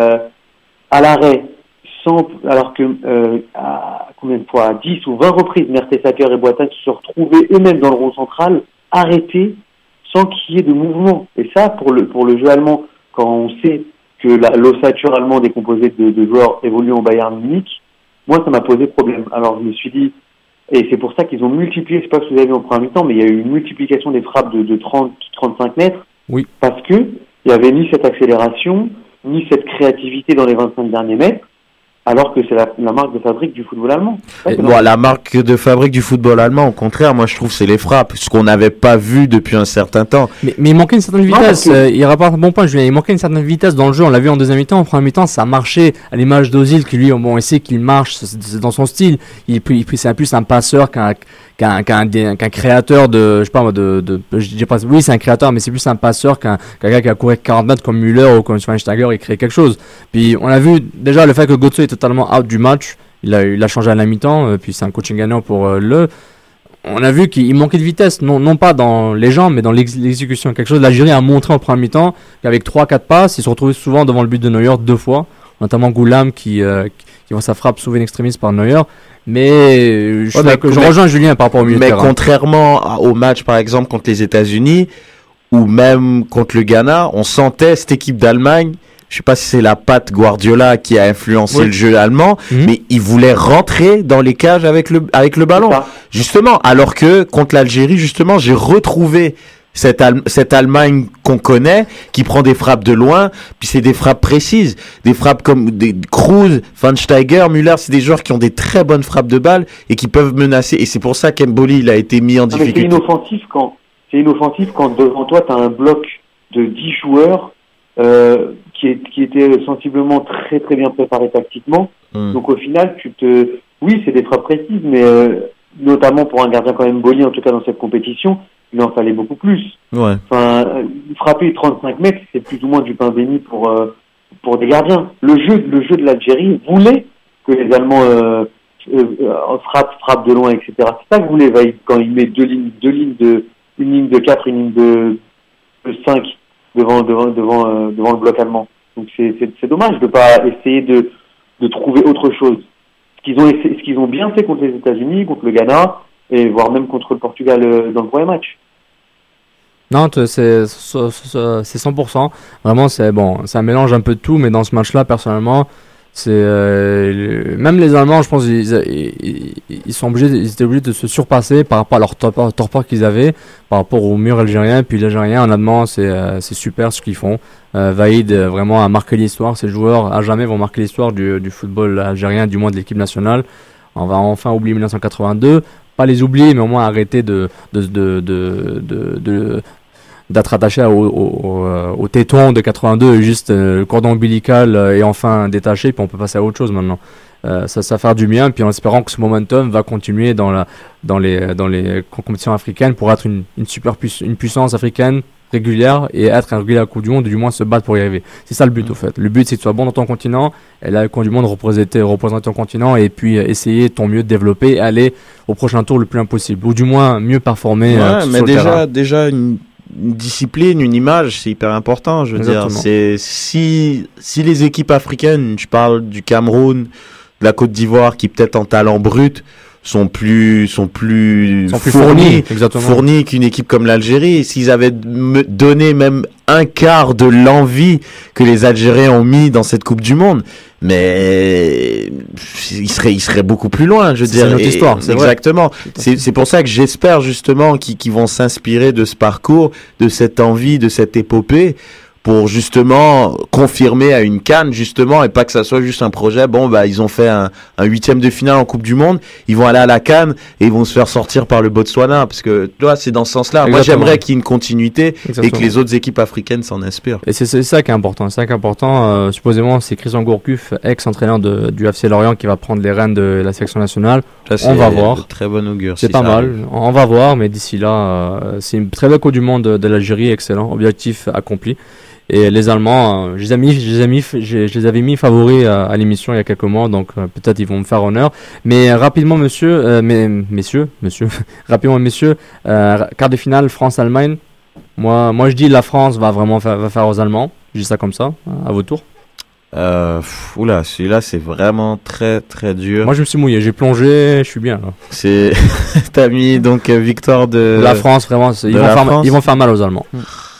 à l'arrêt, alors que à combien de fois, à 10 ou 20 reprises, Mertesacker et Boateng se sont retrouvés eux-mêmes dans le rond central, arrêtés, sans qu'il y ait de mouvement. Et ça, pour le jeu allemand, quand on sait que l'ossature allemande est composée de joueurs évoluant au Bayern Munich, moi, ça m'a posé problème. Alors, je me suis dit, et c'est pour ça qu'ils ont multiplié, je sais pas si vous avez vu en premier mi-temps, mais il y a eu une multiplication des frappes de 30-35 mètres. Oui. Parce que il n'y avait ni cette accélération, ni cette créativité dans les 25 derniers mètres, alors que c'est la marque de fabrique du football allemand. La marque de fabrique du football allemand, au contraire, moi je trouve c'est les frappes, ce qu'on n'avait pas vu depuis un certain temps. Mais il manquait une certaine vitesse, il rapporte un bon point Julien, il manquait une certaine vitesse dans le jeu, on l'a vu en deuxième mi-temps, en première mi-temps ça marchait à l'image d'Ozil qui lui, on sait qu'il marche, c'est dans son style, c'est plus un passeur qu'un créateur de, je sais pas moi, je dis pas, oui c'est un créateur mais c'est plus un passeur qu'un gars qui a couru 40 mètres comme Müller ou comme Schweinsteiger et créé quelque chose. Puis on a vu déjà le fait que Götze est totalement out du match, il a changé à la mi-temps, puis c'est un coaching gagnant pour on a vu qu'il manquait de vitesse, non pas dans les jambes, mais dans l'exécution. Quelque chose, l'Algérie a montré en première mi-temps qu'avec 3-4 passes, ils se retrouvaient souvent devant le but de Neuer 2 fois, notamment Goulam qui voit sa frappe sauvée in extremis par Neuer. Mais je rejoins Julien par rapport au milieu de terrain. Mais contrairement au match, par exemple, contre les États-Unis, ou même contre le Ghana, on sentait cette équipe d'Allemagne. Je sais pas si c'est la patte Guardiola qui a influencé le jeu allemand, mais il voulait rentrer dans les cages avec le ballon. Justement, alors que contre l'Algérie, justement, j'ai retrouvé cette Allemagne qu'on connaît, qui prend des frappes de loin, puis c'est des frappes précises, des frappes comme des Kroos, Van Steiger, Müller, c'est des joueurs qui ont des très bonnes frappes de balles et qui peuvent menacer. Et c'est pour ça qu'Emboli il a été mis en difficulté. C'est inoffensif quand devant toi tu as un bloc de 10 joueurs qui était sensiblement très très bien préparé tactiquement. Donc au final, oui, c'est des frappes précises, mais notamment pour un gardien comme Mboli, en tout cas dans cette compétition, il en fallait beaucoup plus. Ouais. Enfin, frapper 35 mètres, c'est plus ou moins du pain béni pour des gardiens. Le jeu de l'Algérie voulait que les Allemands frappent de loin, etc. C'est ça que voulait Vaïd quand il met une ligne de 4, une ligne de 5 devant le bloc allemand. Donc c'est dommage de pas essayer de trouver autre chose. Ce qu'ils ont bien fait contre les États-Unis, contre le Ghana, et voire même contre le Portugal dans le premier match. Non, c'est 100%. Vraiment, c'est un mélange un peu de tout, mais dans ce match-là, personnellement, c'est même les Allemands, je pense, ils étaient obligés de se surpasser par rapport à leur torpeur qu'ils avaient, par rapport au mur algérien. Puis l'Algérien, honnêtement, c'est super ce qu'ils font. Vaïd vraiment a marqué l'histoire. Ces joueurs à jamais vont marquer l'histoire du football algérien, du moins de l'équipe nationale. On va enfin oublier 1982, pas les oublier, mais au moins arrêter d'être attaché au téton de 82, juste le cordon ombilical est enfin détaché, puis on peut passer à autre chose maintenant. Ça va faire du bien, puis en espérant que ce momentum va continuer dans les compétitions africaines pour être une puissance africaine régulière et être un régulier à la Coupe du Monde, du moins se battre pour y arriver. C'est ça le but au fait. Le but c'est que tu sois bon dans ton continent, et la Coupe du Monde représenter ton continent et puis essayer ton mieux de développer et aller au prochain tour le plus impossible. Ou du moins mieux performer mais sur le terrain. déjà une discipline, une image, c'est hyper important. Je veux dire, c'est si les équipes africaines, je parle du Cameroun, de la Côte d'Ivoire, qui peut-être en talent brut sont plus fournis qu'une équipe comme l'Algérie. S'ils avaient donné même un quart de l'envie que les Algériens ont mis dans cette Coupe du Monde, mais ils seraient beaucoup plus loin, je veux dire. C'est notre histoire, c'est exactement. C'est pour ça que j'espère justement qu'ils vont s'inspirer de ce parcours, de cette envie, de cette épopée, pour justement confirmer à une CAN justement, et pas que ça soit juste un projet. Bon, bah ils ont fait un 8e de finale en Coupe du Monde, ils vont aller à la CAN et ils vont se faire sortir par le Botswana, parce que tu vois, c'est dans ce sens-là. Exactement. Moi j'aimerais qu'il y ait une continuité. Exactement. Et que les autres équipes africaines s'en inspirent. Et c'est ça qui est important. C'est ça qui est important. Supposément c'est Christian Gourcuff, ex-entraîneur du FC Lorient, qui va prendre les rênes de la sélection nationale. Ça, on va voir. Très bon augure. C'est pas mal. On va voir, mais d'ici là, c'est une très belle Coupe du Monde de l'Algérie, excellent, objectif accompli. Et les Allemands, je les avais mis favoris à l'émission il y a quelques mois, donc peut-être ils vont me faire honneur. Mais rapidement, messieurs, rapidement, messieurs, quart de finale France-Allemagne. Moi, je dis la France va vraiment faire aux Allemands. Je dis ça comme ça, à votre tour. Oula, celui-là c'est vraiment très très dur. Moi je me suis mouillé, j'ai plongé, je suis bien là. T'as mis donc victoire de la France, vraiment, ils vont faire mal aux Allemands.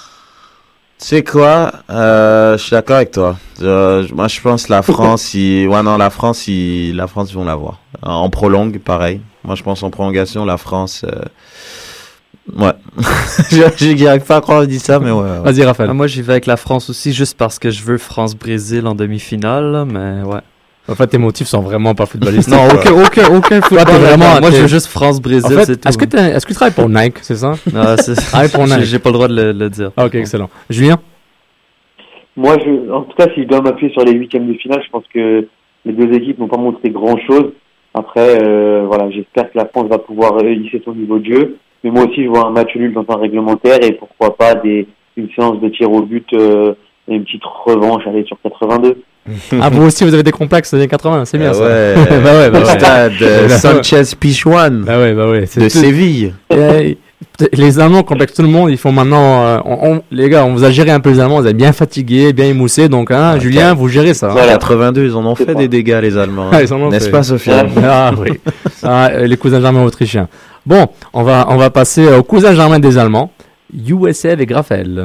Tu sais quoi, je suis d'accord avec toi. Moi, je pense la France, la France, ils vont l'avoir. En prolongue, pareil. Moi, je pense en prolongation, la France, ouais. Je n'arrive pas à croire que je dis ça, mais ouais. Vas-y, Raphaël. Moi, j'y vais avec la France aussi, juste parce que je veux France-Brésil en demi-finale, mais ouais. En fait, tes motifs sont vraiment pas footballistes. Non, aucun football. Vraiment, moi, je veux juste France-Brésil, en fait, c'est tout. Est-ce que tu travailles pour Nike, c'est ça? Non, pour Nike. J'ai pas le droit de le dire. Ah, ok, excellent. Julien? Moi, en tout cas, si je dois m'appuyer sur les 8e de finale, je pense que les deux équipes n'ont pas montré grand-chose. Après, voilà, j'espère que la France va pouvoir hisser son niveau de jeu. Mais moi aussi, je vois un match nul dans un réglementaire et pourquoi pas une séance de tir au but et une petite revanche, aller sur 82. Ah, vous aussi, vous avez des complexes des années 80, c'est bien ça. Ouais, bah stade Sanchez Pichuan de Séville. Les Allemands complexent tout le monde, ils font maintenant... les gars, on vous a géré un peu les Allemands, vous avez bien fatigué, bien émoussé, donc Julien, vous gérez ça. Voilà, 82, ils en ont fait des dégâts, les Allemands. N'est-ce pas, Sophia? Ah oui, les cousins germains autrichiens. Bon, on va passer aux cousins germains des Allemands, USA avec Raphaël.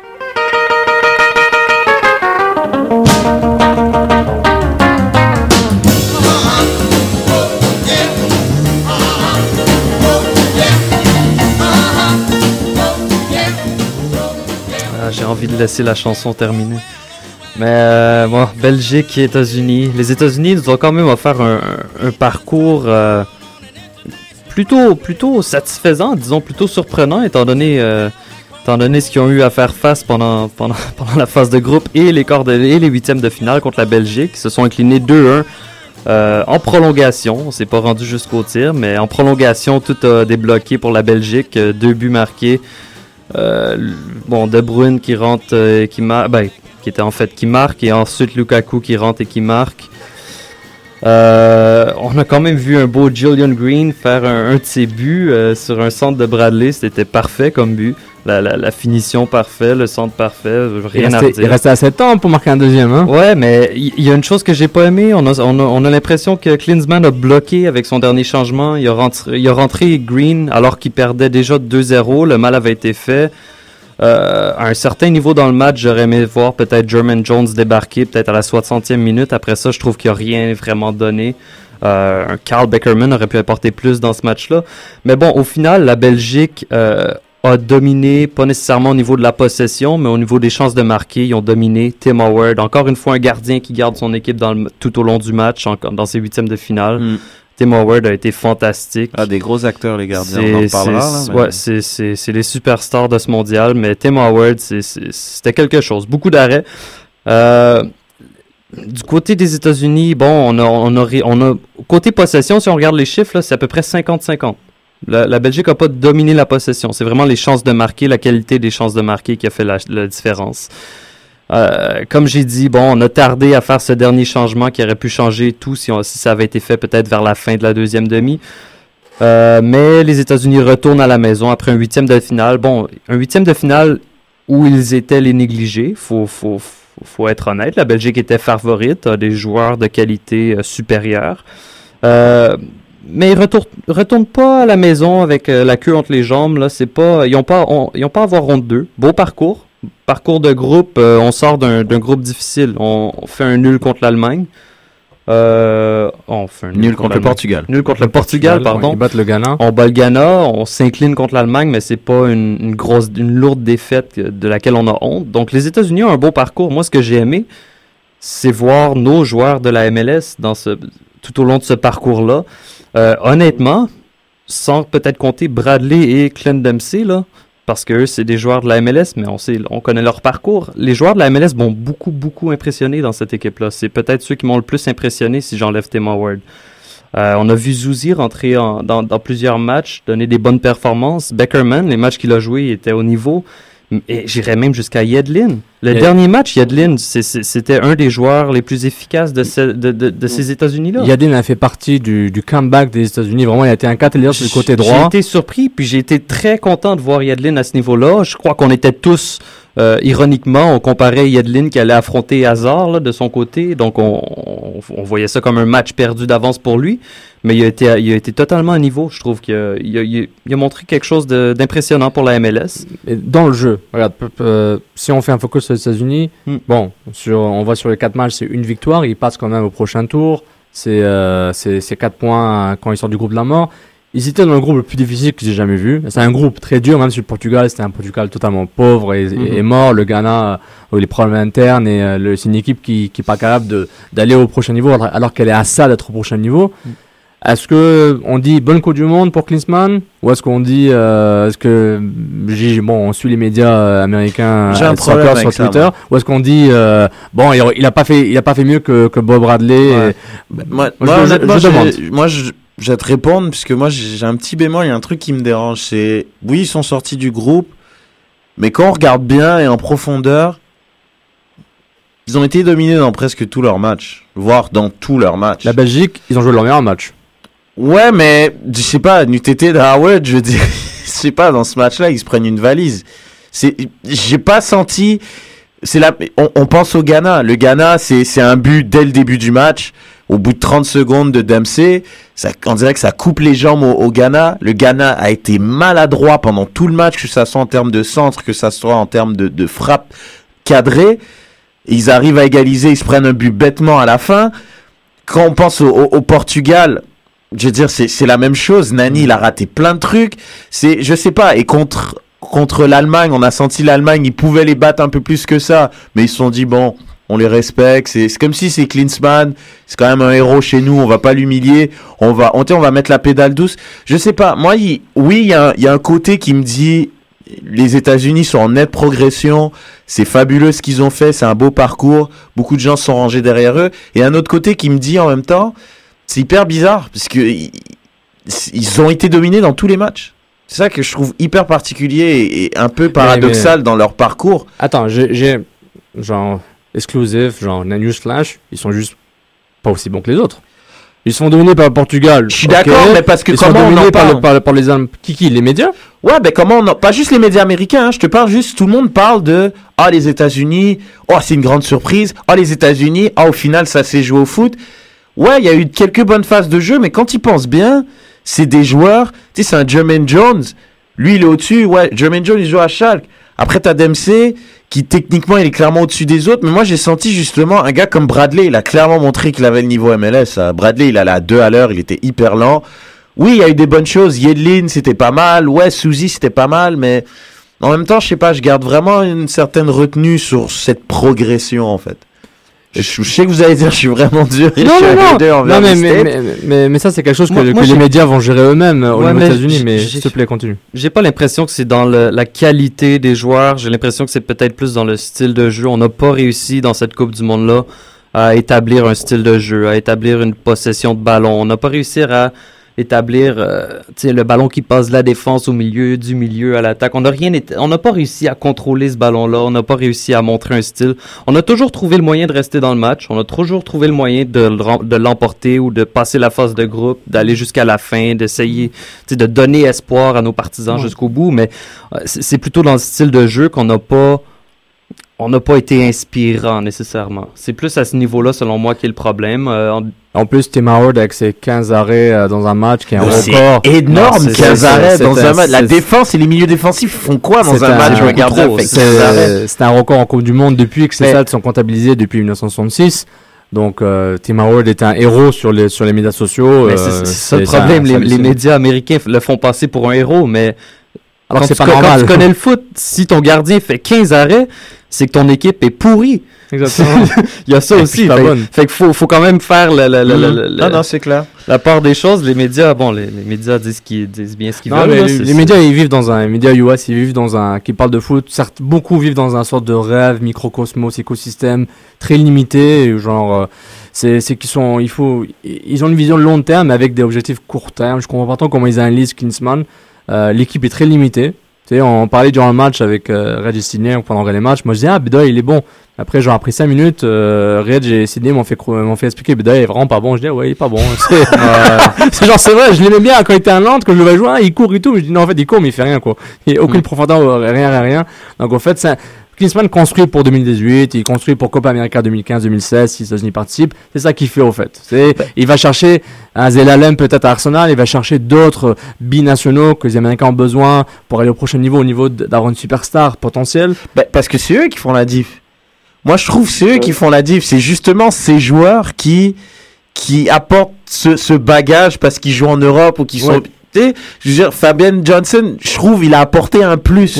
J'ai envie de laisser la chanson terminer. Mais bon, Belgique et États-Unis. Les États-Unis nous ont quand même offert un parcours plutôt satisfaisant, disons plutôt surprenant, étant donné ce qu'ils ont eu à faire face pendant la phase de groupe et les 8e de finale contre la Belgique. Ils se sont inclinés 2-1 en prolongation. On s'est pas rendu jusqu'au tir, mais en prolongation, tout a débloqué pour la Belgique. 2 buts marqués. De Bruyne qui rentre, qui marque, et ensuite Lukaku qui rentre et qui marque. On a quand même vu un beau Julian Green faire un de ses buts sur un centre de Bradley. C'était parfait comme but. La finition parfaite, le centre parfait, rien à dire. Il restait assez de temps pour marquer un deuxième. Hein? Ouais, mais il y a une chose que j'ai pas aimé. On a l'impression que Klinsmann a bloqué avec son dernier changement. Il a rentré Green alors qu'il perdait déjà 2-0. Le mal avait été fait. À un certain niveau dans le match, j'aurais aimé voir peut-être Jermaine Jones débarquer, peut-être à la 60e minute. Après ça, je trouve qu'il n'y a rien vraiment donné. Karl Beckerman aurait pu apporter plus dans ce match-là. Mais bon, au final, la Belgique a dominé, pas nécessairement au niveau de la possession, mais au niveau des chances de marquer. Ils ont dominé. Tim Howard, encore une fois un gardien qui garde son équipe tout au long du match, dans ses 8e de finale. Tim Howard a été fantastique. Des gros acteurs, les gardiens, on en parlera. Ouais, c'est les superstars de ce mondial, mais Tim Howard, c'était quelque chose. Beaucoup d'arrêts. Du côté des États-Unis, bon, on a côté possession, si on regarde les chiffres, là, c'est à peu près 50-50. La Belgique n'a pas dominé la possession. C'est vraiment les chances de marquer, la qualité des chances de marquer qui a fait la différence. Comme j'ai dit, on a tardé à faire ce dernier changement qui aurait pu changer tout si ça avait été fait peut-être vers la fin de la deuxième demi. Mais les États-Unis retournent à la maison après un huitième de finale. Un huitième de finale où ils étaient les négligés. Faut être honnête. La Belgique était favorite, a des joueurs de qualité supérieure. Mais ils retournent pas à la maison avec la queue entre les jambes. Là, c'est pas, ils ont pas à avoir honte d'eux. Beau parcours de groupe. On sort d'un groupe difficile. On fait un nul contre l'Allemagne. On fait un nul contre le Portugal. Nul contre le Portugal, pardon. Ils battent le Ghana. On bat le Ghana. On s'incline contre l'Allemagne, mais c'est pas une lourde défaite de laquelle on a honte. Donc les États-Unis ont un beau parcours. Moi, ce que j'ai aimé, c'est voir nos joueurs de la MLS tout au long de ce parcours-là. Honnêtement, sans peut-être compter Bradley et Clint Dempsey, là, parce que eux, c'est des joueurs de la MLS, mais on connaît leur parcours. Les joueurs de la MLS m'ont beaucoup, beaucoup impressionné dans cette équipe-là. C'est peut-être ceux qui m'ont le plus impressionné si j'enlève Tim Howard. On a vu Zuzi rentrer dans plusieurs matchs, donner des bonnes performances. Beckerman, les matchs qu'il a joués, étaient au niveau. Et j'irais même jusqu'à Yedlin. Le dernier match, Yedlin, c'était un des joueurs les plus efficaces de ces États-Unis-là. Yedlin a fait partie du comeback des États-Unis. Vraiment, il a été un catalyseur sur le côté droit. J'ai été surpris, puis j'ai été très content de voir Yedlin à ce niveau-là. Je crois qu'on était tous, ironiquement, on comparait Yedlin qui allait affronter Hazard là, de son côté. Donc, on voyait ça comme un match perdu d'avance pour lui. Mais il a été totalement à niveau. Je trouve qu'il a montré quelque chose d'impressionnant pour la MLS. Et dans le jeu, regarde, si on fait un focus sur les États-Unis, on voit sur les 4 matchs, c'est une victoire. Ils passent quand même au prochain tour. C'est 4 points quand ils sortent du groupe de la mort. Ils étaient dans le groupe le plus difficile que j'ai jamais vu. C'est un groupe très dur, même si le Portugal, c'était un Portugal totalement pauvre et mort. Le Ghana, les problèmes internes et c'est une équipe qui est pas capable d'aller au prochain niveau alors qu'elle est à ça d'être au prochain niveau. Est-ce que on dit bonne Coupe du Monde pour Klinsmann ou est-ce qu'on dit on suit les médias américains sur Twitter ou est-ce qu'on dit il a pas fait mieux que Bob Bradley. Ouais. Je vais te répondre puisque moi j'ai un petit bémol, il y a un truc qui me dérange, c'est oui, ils sont sortis du groupe, mais quand on regarde bien et en profondeur, ils ont été dominés dans presque tous leurs matchs, voire dans tous leurs matchs. La Belgique, ils ont joué leur meilleur match. Ouais, mais je sais pas, Nutete de Howard, je veux dire, je sais pas, dans ce match-là, ils se prennent une valise. J'ai pas senti. On pense au Ghana. Le Ghana, c'est un but dès le début du match. Au bout de 30 secondes de Dempsey, on dirait que ça coupe les jambes au Ghana. Le Ghana a été maladroit pendant tout le match, que ça soit en termes de centre, que ça soit en termes de frappe cadrée. Ils arrivent à égaliser, ils se prennent un but bêtement à la fin. Quand on pense au Portugal, je veux dire, c'est la même chose. Nani, il a raté plein de trucs. Je sais pas. Et contre l'Allemagne, on a senti l'Allemagne, ils pouvaient les battre un peu plus que ça. Mais ils se sont dit, on les respecte. C'est comme si c'est Klinsmann. C'est quand même un héros chez nous. On va pas l'humilier. On va mettre la pédale douce. Je sais pas. Moi, il y a un côté qui me dit, les États-Unis sont en nette progression. C'est fabuleux ce qu'ils ont fait. C'est un beau parcours. Beaucoup de gens sont rangés derrière eux. Et un autre côté qui me dit en même temps, c'est hyper bizarre parce que ils ont été dominés dans tous les matchs. C'est ça que je trouve hyper particulier et un peu paradoxal dans leur parcours. Attends, j'ai genre exclusif, genre newsflash, ils sont juste pas aussi bons que les autres. Ils sont dominés par le Portugal. Je suis d'accord, mais parce que ils comment sont dominés on en parle par les Allemands. Qui les médias? Ouais, pas juste les médias américains, hein, je te parle juste, tout le monde parle de les États-Unis, c'est une grande surprise, les États-Unis, au final ça s'est joué au foot. Ouais, il y a eu quelques bonnes phases de jeu, mais quand ils pensent bien, c'est des joueurs, tu sais, c'est un Jermaine Jones, lui il est au-dessus, Jermaine Jones il joue à Schalke. Après t'as Dempsey, qui techniquement il est clairement au-dessus des autres, mais moi j'ai senti justement un gars comme Bradley, il a clairement montré qu'il avait le niveau MLS. Bradley il allait à 2 à l'heure, il était hyper lent. Oui, il y a eu des bonnes choses, Yedlin c'était pas mal, Souzy c'était pas mal, mais en même temps je sais pas, je garde vraiment une certaine retenue sur cette progression en fait. Je sais que vous allez dire je suis vraiment dur. Non, mais ça c'est quelque chose que les médias vont gérer eux-mêmes aux États-Unis, mais s'il te plaît continue. J'ai pas l'impression que c'est dans la qualité des joueurs, j'ai l'impression que c'est peut-être plus dans le style de jeu. On n'a pas réussi dans cette Coupe du Monde-là à établir un style de jeu, à établir une possession de ballon. On n'a pas réussi à établir le ballon qui passe de la défense au milieu, du milieu à l'attaque. On n'a pas réussi à contrôler ce ballon-là. On n'a pas réussi à montrer un style. On a toujours trouvé le moyen de rester dans le match. On a toujours trouvé le moyen de l'emporter ou de passer la phase de groupe, d'aller jusqu'à la fin, d'essayer de donner espoir à nos partisans jusqu'au bout. Mais c'est plutôt dans le style de jeu qu'on n'a pas été inspirant nécessairement. C'est plus à ce niveau-là, selon moi, qui est le problème. En plus, Tim Howard avec ses 15 arrêts dans un match qui est un record. C'est énorme, 15 arrêts dans un match. La défense et les milieux défensifs font quoi dans un match? Je regarde c'est un record en Coupe du Monde depuis que ces stats sont comptabilisés depuis 1966. Donc, Tim Howard est un héros sur les médias sociaux. C'est ça le problème. Les médias américains le font passer pour un héros, mais alors c'est pas normal. Quand tu connais le foot, si ton gardien fait 15 arrêts, c'est que ton équipe est pourrie. Exactement. Il y a ça aussi. Fait qu'il faut quand même faire non, c'est clair. La part des choses. Les médias, les médias disent bien ce qu'ils veulent. Les médias, ils vivent dans les médias US, ils vivent qui parlent de foot. Certes, beaucoup vivent dans un sorte de rêve, microcosmos, écosystème très limité. Genre, ils ont une vision de long terme avec des objectifs court terme. Je comprends pas tant comment ils analysent Klinsmann. L'équipe est très limitée. Tu sais, on parlait durant le match avec Reg et Sidney pendant les matchs. Moi, je disais, Bedoya, il est bon. Après, genre, après 5 minutes, Reg et Sidney m'ont fait expliquer, Bedoya est vraiment pas bon. Je dis, ouais, il est pas bon. C'est genre, c'est vrai, je l'aimais bien quand il était à Nantes, quand je le vais jouer, il court et tout. Mais je dis, non, en fait, il court, mais il fait rien, quoi. Il n'y a aucune profondeur, rien. Donc, en fait, Klinsmann construit pour 2018, il construit pour Copa América 2015-2016, si les États-Unis participent. C'est ça qu'il fait, au fait. Il va chercher un Zelalem peut-être à Arsenal, il va chercher d'autres binationaux que les Américains ont besoin pour aller au prochain niveau, au niveau d'avoir une superstar potentielle. Parce que c'est eux qui font la diff. Moi, je trouve que c'est eux qui font la diff. C'est justement ces joueurs qui apportent ce bagage parce qu'ils jouent en Europe ou qui sont... Je veux dire, Fabian Johnson, je trouve, il a apporté un plus.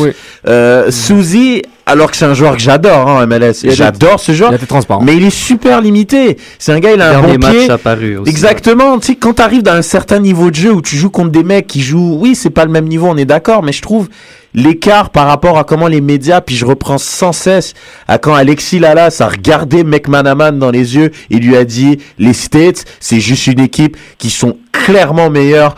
Suzy, alors que c'est un joueur que j'adore, MLS. J'adore ce joueur. Il a été transparent. Mais il est super limité. C'est un gars, il a un bon pied. Apparu aussi. Exactement. Tu sais, quand t'arrives dans un certain niveau de jeu où tu joues contre des mecs qui jouent, oui, c'est pas le même niveau, on est d'accord, mais je trouve l'écart par rapport à comment les médias, puis je reprends sans cesse à quand Alexis Lalas a regardé McManaman dans les yeux et lui a dit, les States, c'est juste une équipe qui sont clairement meilleures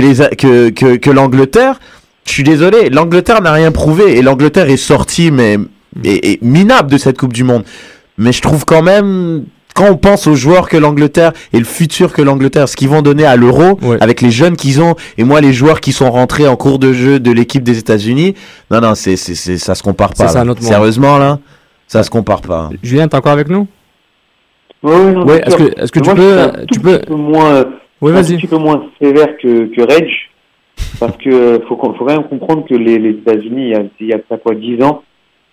que l'Angleterre. Je suis désolé, l'Angleterre n'a rien prouvé et l'Angleterre est sortie mais est minable de cette Coupe du Monde. Mais je trouve quand même, quand on pense aux joueurs que l'Angleterre et le futur que l'Angleterre, ce qu'ils vont donner à l'Euro, avec les jeunes qu'ils ont et moi les joueurs qui sont rentrés en cours de jeu de l'équipe des États-Unis, non, ça se compare pas. Sérieusement là, ça se compare pas. Julien, t'es encore avec nous? Oui, est-ce que tu peux un petit peu moins sévère que Reg, parce que faut quand même comprendre que les États-Unis, il y a 10 ans,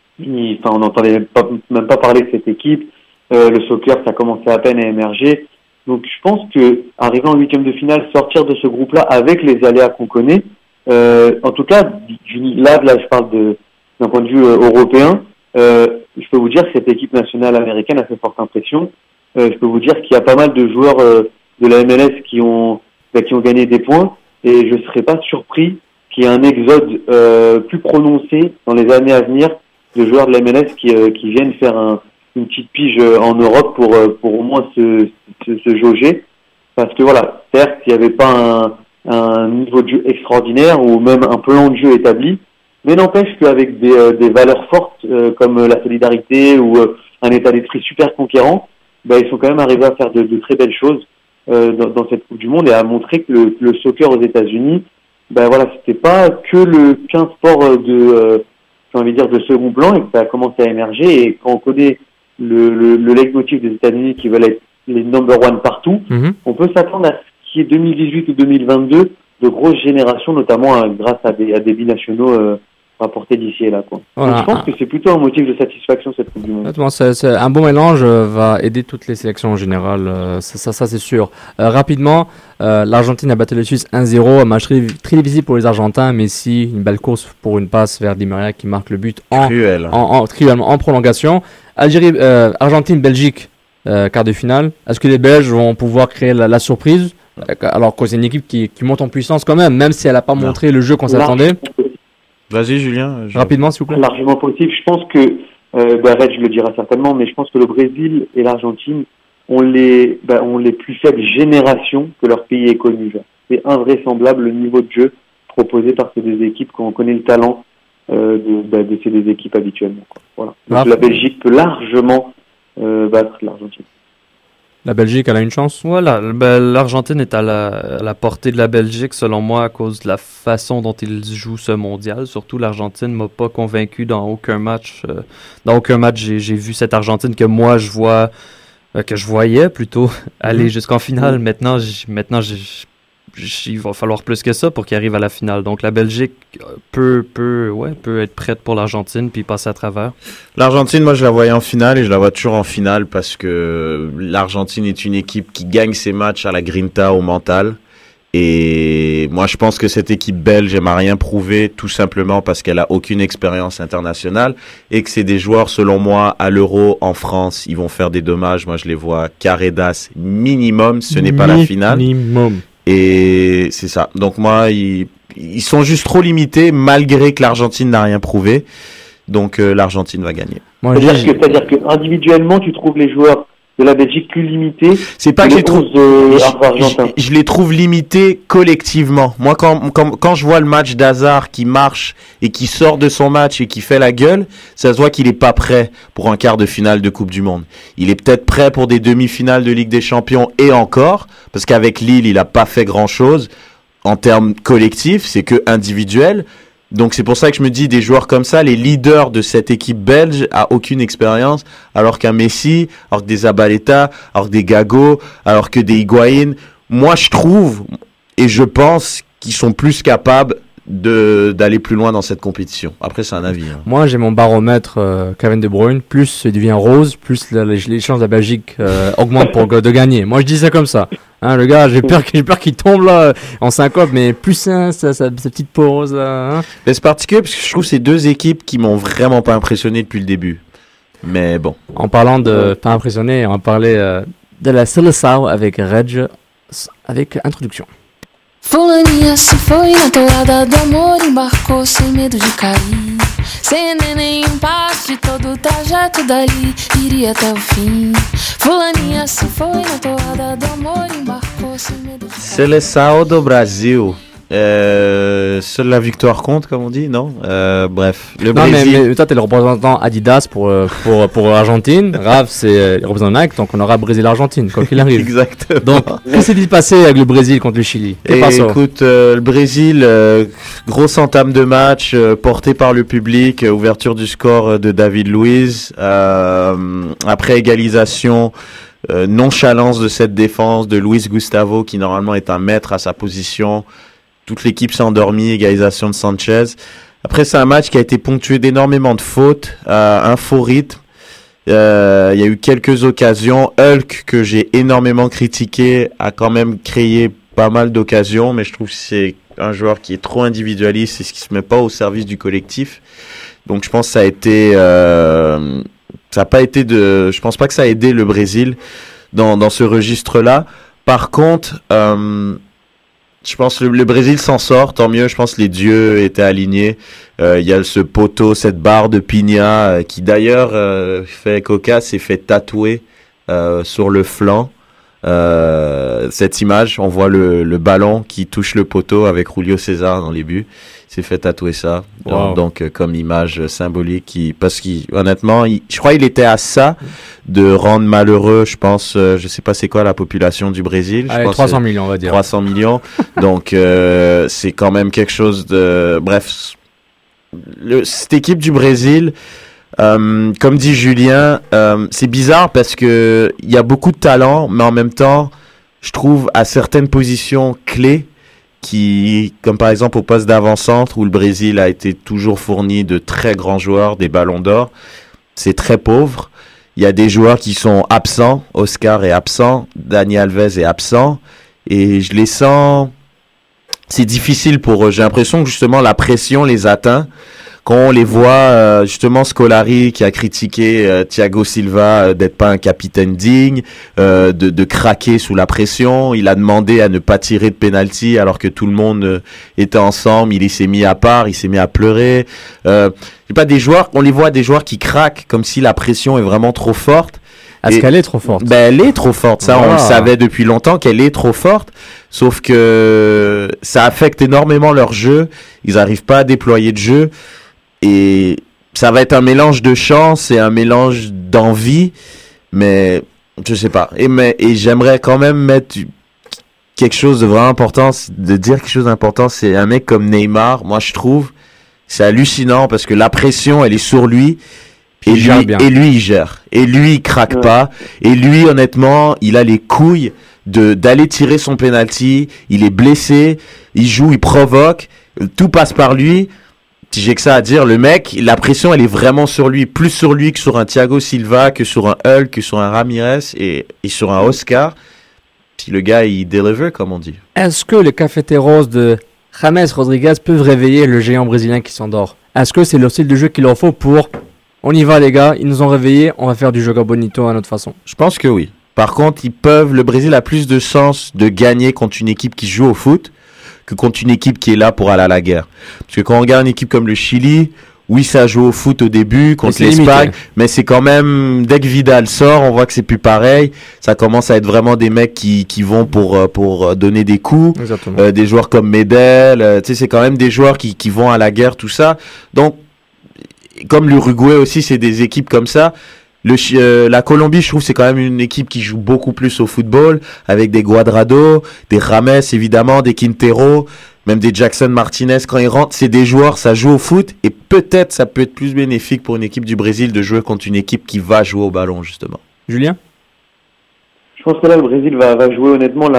on n'entendait même pas parler de cette équipe. Le soccer, ça commençait à peine à émerger. Donc, je pense que arriver en huitième de finale, sortir de ce groupe-là avec les aléas qu'on connaît, en tout cas, là, je parle d'un point de vue européen. Je peux vous dire que cette équipe nationale américaine a fait forte impression. Je peux vous dire qu'il y a pas mal de joueurs de la MLS qui ont gagné des points, et je serais pas surpris qu'il y ait un exode plus prononcé dans les années à venir de joueurs de la MLS qui viennent faire une petite pige en Europe pour au moins se jauger, parce que voilà, certes il n'y avait pas un niveau de jeu extraordinaire ou même un plan de jeu établi, mais n'empêche qu'avec des valeurs fortes comme la solidarité ou un état d'esprit super conquérant, ils sont quand même arrivés à faire de très belles choses dans cette Coupe du Monde et à montrer que le soccer aux États-Unis, c'était pas que qu'un sport de second plan, et que ça a commencé à émerger. Et quand on connaît le leitmotiv des États-Unis qui veulent être les number one partout, on peut s'attendre à ce qui est 2018 ou 2022 de grosses générations, notamment grâce à des binationaux rapportés d'ici et là, quoi. Voilà. Donc, je pense que c'est plutôt un motif de satisfaction cette Coupe du Monde. C'est un bon mélange, va aider toutes les sélections en général, ça c'est sûr. Rapidement, l'Argentine a battu la Suisse 1-0, un match très difficile pour les Argentins. Messi, une belle course pour une passe vers Di Maria qui marque le but en prolongation. Argentine, Belgique, quart de finale. Est-ce que les Belges vont pouvoir créer la surprise, alors que c'est une équipe qui monte en puissance quand même si elle n'a pas montré le jeu qu'on s'attendait? Vas-y Julien. Rapidement s'il vous plaît. Largement possible. Je pense que, Red je le dirai certainement, mais je pense que le Brésil et l'Argentine ont les plus faibles générations que leur pays ait connues. c'est invraisemblable le niveau de jeu proposé par ces deux équipes quand on connaît le talent de ces deux équipes habituellement. Voilà. Donc la Belgique peut largement battre l'Argentine. La Belgique, elle a une chance? Voilà, l'Argentine est à la portée de la Belgique, selon moi, à cause de la façon dont ils jouent ce mondial. Surtout, l'Argentine m'a pas convaincu dans aucun match. Dans aucun match, j'ai vu cette Argentine que moi, je voyais plutôt aller jusqu'en finale. Maintenant, il va falloir plus que ça pour qu'ils arrivent à la finale. Donc, la Belgique peut être prête pour l'Argentine puis passer à travers. L'Argentine, moi, je la voyais en finale et je la vois toujours en finale parce que l'Argentine est une équipe qui gagne ses matchs à la grinta, au mental. Et moi, je pense que cette équipe belge, elle m'a rien prouvé, tout simplement parce qu'elle a aucune expérience internationale et que c'est des joueurs, selon moi, à l'Euro en France, ils vont faire des dommages. Moi, je les vois carré d'as minimum, ce n'est pas la finale. Minimum. Et c'est ça. Donc moi, ils sont juste trop limités malgré que l'Argentine n'a rien prouvé. Donc l'Argentine va gagner. C'est-à-dire que individuellement, tu trouves les joueurs de la Belgique plus limités. C'est pas que je les trouve limités collectivement. Moi, quand je vois le match d'Hazard qui marche et qui sort de son match et qui fait la gueule, ça se voit qu'il est pas prêt pour un quart de finale de Coupe du Monde. Il est peut-être prêt pour des demi-finales de Ligue des Champions et encore, parce qu'avec Lille, il a pas fait grand-chose en termes collectifs, c'est que individuel. Donc c'est pour ça que je me dis, des joueurs comme ça, les leaders de cette équipe belge a aucune expérience, alors qu'un Messi, alors que des Zabaleta, alors que des Gago, alors que des Higuaín, moi je trouve et je pense qu'ils sont plus capables d'aller plus loin dans cette compétition. Après c'est un avis. Hein. Moi j'ai mon baromètre Kevin De Bruyne, plus il devient rose, plus les chances de la Belgique augmentent de gagner. Moi je dis ça comme ça. Hein, le gars, j'ai peur qu'il tombe là en syncope, mais plus sa petite peau rose là. Hein. Mais c'est particulier parce que je trouve que c'est deux équipes qui m'ont vraiment pas impressionné depuis le début. Mais bon. En parlant de pas impressionné, on va parler de la Seleção avec Reg, avec introduction. Fulaninha se foi na toada do amor, embarcou sem medo de cair. Sem nenhum passo de todo o trajeto dali, iria até o fim. Fulaninha se foi na toada do amor, embarcou sem medo de cair. Seleção do Brasil. Seule la victoire compte, comme on dit, non? Bref, le Brésil. Mais toi, t'es le représentant Adidas pour l'Argentine. Raph, c'est le représentant Nike, donc on aura Brésil-Argentine, quoi qu'il arrive. Exactement. Donc, qu'est-ce qui s'est passé avec le Brésil contre le Chili? Écoute, le Brésil, grosse entame de match, porté par le public, ouverture du score de David Luiz. Après égalisation, nonchalance de cette défense de Luis Gustavo, qui normalement est un maître à sa position. Toute l'équipe s'est endormie, égalisation de Sanchez. Après, c'est un match qui a été ponctué d'énormément de fautes, un faux rythme. Il y a eu quelques occasions. Hulk, que j'ai énormément critiqué, a quand même créé pas mal d'occasions, mais je trouve que c'est un joueur qui est trop individualiste et qui se met pas au service du collectif. Donc, je pense que ça a été, ça a pas été je pense pas que ça a aidé le Brésil dans ce registre-là. Par contre, je pense que le Brésil s'en sort, tant mieux. Je pense que les dieux étaient alignés. Il y a ce poteau, cette barre de Pina, qui d'ailleurs fait cocasse et fait tatouer sur le flanc. Cette image, on voit le ballon qui touche le poteau avec Julio César dans les buts. Il s'est fait tatouer ça, wow. Donc comme image symbolique. Parce qu'honnêtement, je crois qu'il était à ça de rendre malheureux, je pense, je sais pas c'est quoi la population du Brésil. Allez, 300 millions, on va dire. 300 millions. Donc c'est quand même quelque chose de... Bref, cette équipe du Brésil... comme dit Julien, c'est bizarre parce que il y a beaucoup de talent, mais en même temps, je trouve à certaines positions clés comme par exemple au poste d'avant-centre où le Brésil a été toujours fourni de très grands joueurs, des ballons d'or, c'est très pauvre. Il y a des joueurs qui sont absents, Oscar est absent, Dani Alves est absent, et je les sens, c'est difficile pour eux. J'ai l'impression que justement la pression les atteint. Quand on les voit, justement Scolari qui a critiqué Thiago Silva d'être pas un capitaine digne, de craquer sous la pression, il a demandé à ne pas tirer de penalty alors que tout le monde était ensemble, il s'est mis à part, il s'est mis à pleurer. C'est pas des joueurs, on les voit des joueurs qui craquent comme si la pression est vraiment trop forte. Est-ce qu'elle est trop forte? Ben, elle est trop forte. Ça, Voilà. on le savait depuis longtemps qu'elle est trop forte. Sauf que ça affecte énormément leur jeu. Ils n'arrivent pas à déployer de jeu. Et ça va être un mélange de chance et un mélange d'envie. Mais je sais pas. Et j'aimerais quand même mettre quelque chose de vraiment important, de dire quelque chose d'important. C'est un mec comme Neymar. Moi, je trouve, c'est hallucinant parce que la pression, elle est sur lui. Et lui, il gère. Et lui, il craque pas. Et lui, honnêtement, il a les couilles d'aller tirer son penalty. Il est blessé. Il joue, il provoque. Tout passe par lui. Si j'ai que ça à dire, le mec, la pression, elle est vraiment sur lui. Plus sur lui que sur un Thiago Silva, que sur un Hulk, que sur un Ramirez et sur un Oscar. Puis le gars, il deliver, comme on dit. Est-ce que les cafeteros de James Rodriguez peuvent réveiller le géant brésilien qui s'endort? Est-ce que c'est le style de jeu qu'il leur faut pour... On y va les gars, ils nous ont réveillés, on va faire du jogo bonito à notre façon? Je pense que oui. Par contre, le Brésil a plus de chance de gagner contre une équipe qui joue au foot que contre une équipe qui est là pour aller à la guerre. Parce que quand on regarde une équipe comme le Chili, oui, ça joue au foot au début contre l'Espagne, mais c'est quand même, dès que Vidal sort, on voit que c'est plus pareil. Ça commence à être vraiment des mecs qui vont pour donner des coups. Des joueurs comme Medel, tu sais, c'est quand même des joueurs qui vont à la guerre, tout ça. Donc, comme l'Uruguay aussi, c'est des équipes comme ça. La Colombie, je trouve, c'est quand même une équipe qui joue beaucoup plus au football, avec des Guadrado, des Rames, évidemment, des Quintero, même des Jackson Martinez. Quand ils rentrent, c'est des joueurs, ça joue au foot, et peut-être ça peut être plus bénéfique pour une équipe du Brésil de jouer contre une équipe qui va jouer au ballon, justement. Julien? Je pense que là, le Brésil va jouer honnêtement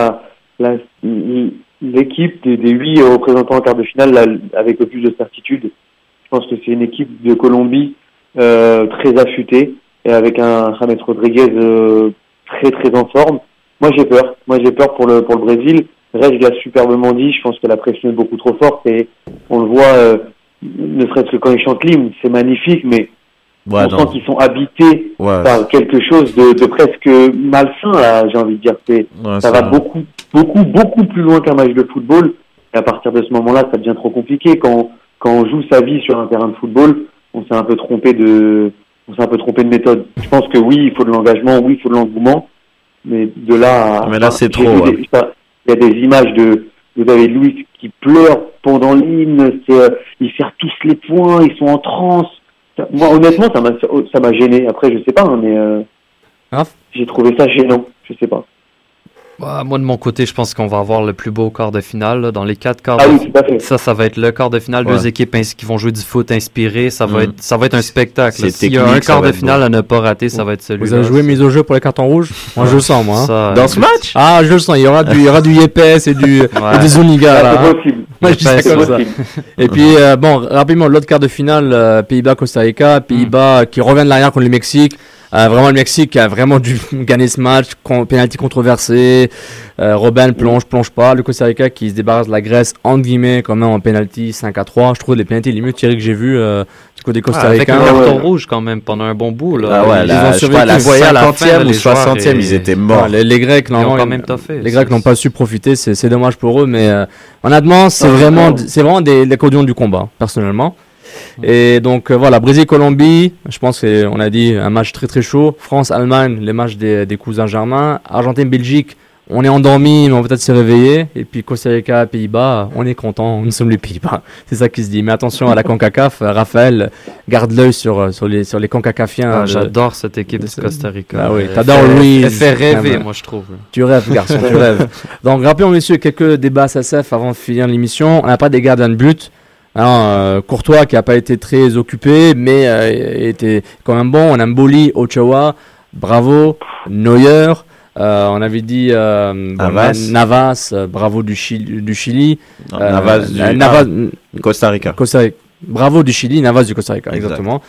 l'équipe des 8 représentants en quart de finale là, avec le plus de certitude. Je pense que c'est une équipe de Colombie très affûtée et avec un James Rodriguez très très en forme. Moi j'ai peur. Pour le Brésil. Reg l'a superbement dit. Je pense que la pression est beaucoup trop forte et on le voit, ne serait-ce que quand ils chantent l'hymne, c'est magnifique, mais on sent qu'ils sont habités par quelque chose de presque malsain. Là, j'ai envie de dire, ça va beaucoup plus loin qu'un match de football. Et à partir de ce moment-là, ça devient trop compliqué quand on joue sa vie sur un terrain de football, on s'est un peu trompé de méthode. Je pense que oui, il faut de l'engagement, oui, il faut de l'engouement, mais de là mais là, c'est trop. Il y a des images de David Luiz qui pleure pendant l'hymne, ils serrent tous les poings, ils sont en transe. Moi, honnêtement, ça m'a gêné. Après, je sais pas, mais j'ai trouvé ça gênant. Je sais pas. Moi, de mon côté, je pense qu'on va avoir le plus beau quart de finale. Là. Dans les 4 quarts ça va être le quart de finale. 2 équipes qui vont jouer du foot inspiré. Ça va être un spectacle. S'il y a un quart de finale à ne pas rater, ça va être celui-là. Vous avez joué mise au jeu pour les cartons rouges? Moi, je le sens, moi. Ça, dans ce match? Ah, je le sens. Il y aura du Yepes et des Zuniga, là. C'est possible. Moi, je dis ça comme ça. Et puis, rapidement, l'autre quart de finale, Pays-Bas-Costa Rica. Pays-Bas qui revient de l'arrière contre le Mexique. Vraiment le Mexique a vraiment dû gagner ce match, penalty controversé, Robben plonge pas, le Costa Rica qui se débarrasse de la Grèce entre guillemets quand même en penalty 5-3, je trouve les penalties les mieux tirés que j'ai vu du côté costaricain. Avec un carton rouge quand même pendant un bon bout là. Ils ont survécu, la 50e ou 60e, ils étaient morts. Les Grecs les Grecs n'ont pas su profiter, c'est dommage pour eux, mais honnêtement c'est vraiment des cordons du combat personnellement. Et donc voilà, Brésil-Colombie, je pense qu'on a dit un match très très chaud. France-Allemagne, les matchs des cousins germains. Argentine-Belgique, on est endormi mais on va peut-être se réveiller. Et puis Costa Rica, Pays-Bas, on est content, nous sommes les Pays-Bas. C'est ça qui se dit. Mais attention à la CONCACAF, Raphaël, garde l'œil sur les CONCACAFiens. J'adore cette équipe de Costa Rica. Ah oui, t'adores Louis. Elle fait rêver, moi je trouve. Tu rêves garçon, tu rêves. Donc rappelons messieurs quelques débats SSF avant de finir l'émission. On n'a pas des gardiens de but. Alors, Courtois qui n'a pas été très occupé, mais était quand même bon. On a Mboli, Ochoa, bravo, Neuer. On avait dit Navas, bravo du Chili. Non, Navas du Costa Rica. Bravo du Chili, Navas du Costa Rica, exactement.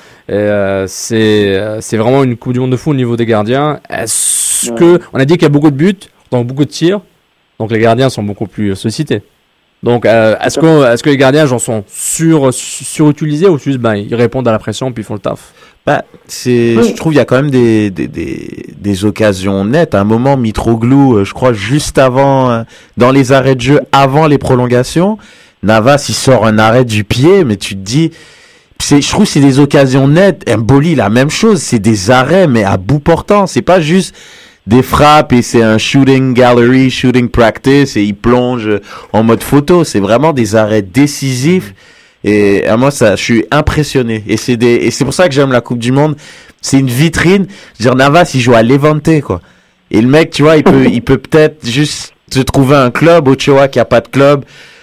C'est vraiment une Coupe du Monde de fou au niveau des gardiens. Est-ce que on a dit qu'il y a beaucoup de buts, donc beaucoup de tirs, donc les gardiens sont beaucoup plus sollicités. Donc, est-ce que les gardiens j'en sont surutilisés ou juste ils répondent à la pression puis ils font le taf? Je trouve il y a quand même des occasions nettes. À un moment, Mitroglou, je crois juste avant, dans les arrêts de jeu, avant les prolongations, Navas il sort un arrêt du pied, mais tu te dis, je trouve que c'est des occasions nettes. Mboli, la même chose, c'est des arrêts, mais à bout portant. C'est pas juste des frappes et c'est un shooting gallery, shooting practice et il plonge en mode photo. C'est vraiment des arrêts décisifs. Et moi, je suis impressionné. Et c'est pour ça que j'aime la Coupe du Monde. C'est une vitrine. Je veux dire, Navas, il joue à Levante, quoi. Et le mec, tu vois, il peut peut-être juste se trouver un club. Ochoa qui a pas de club.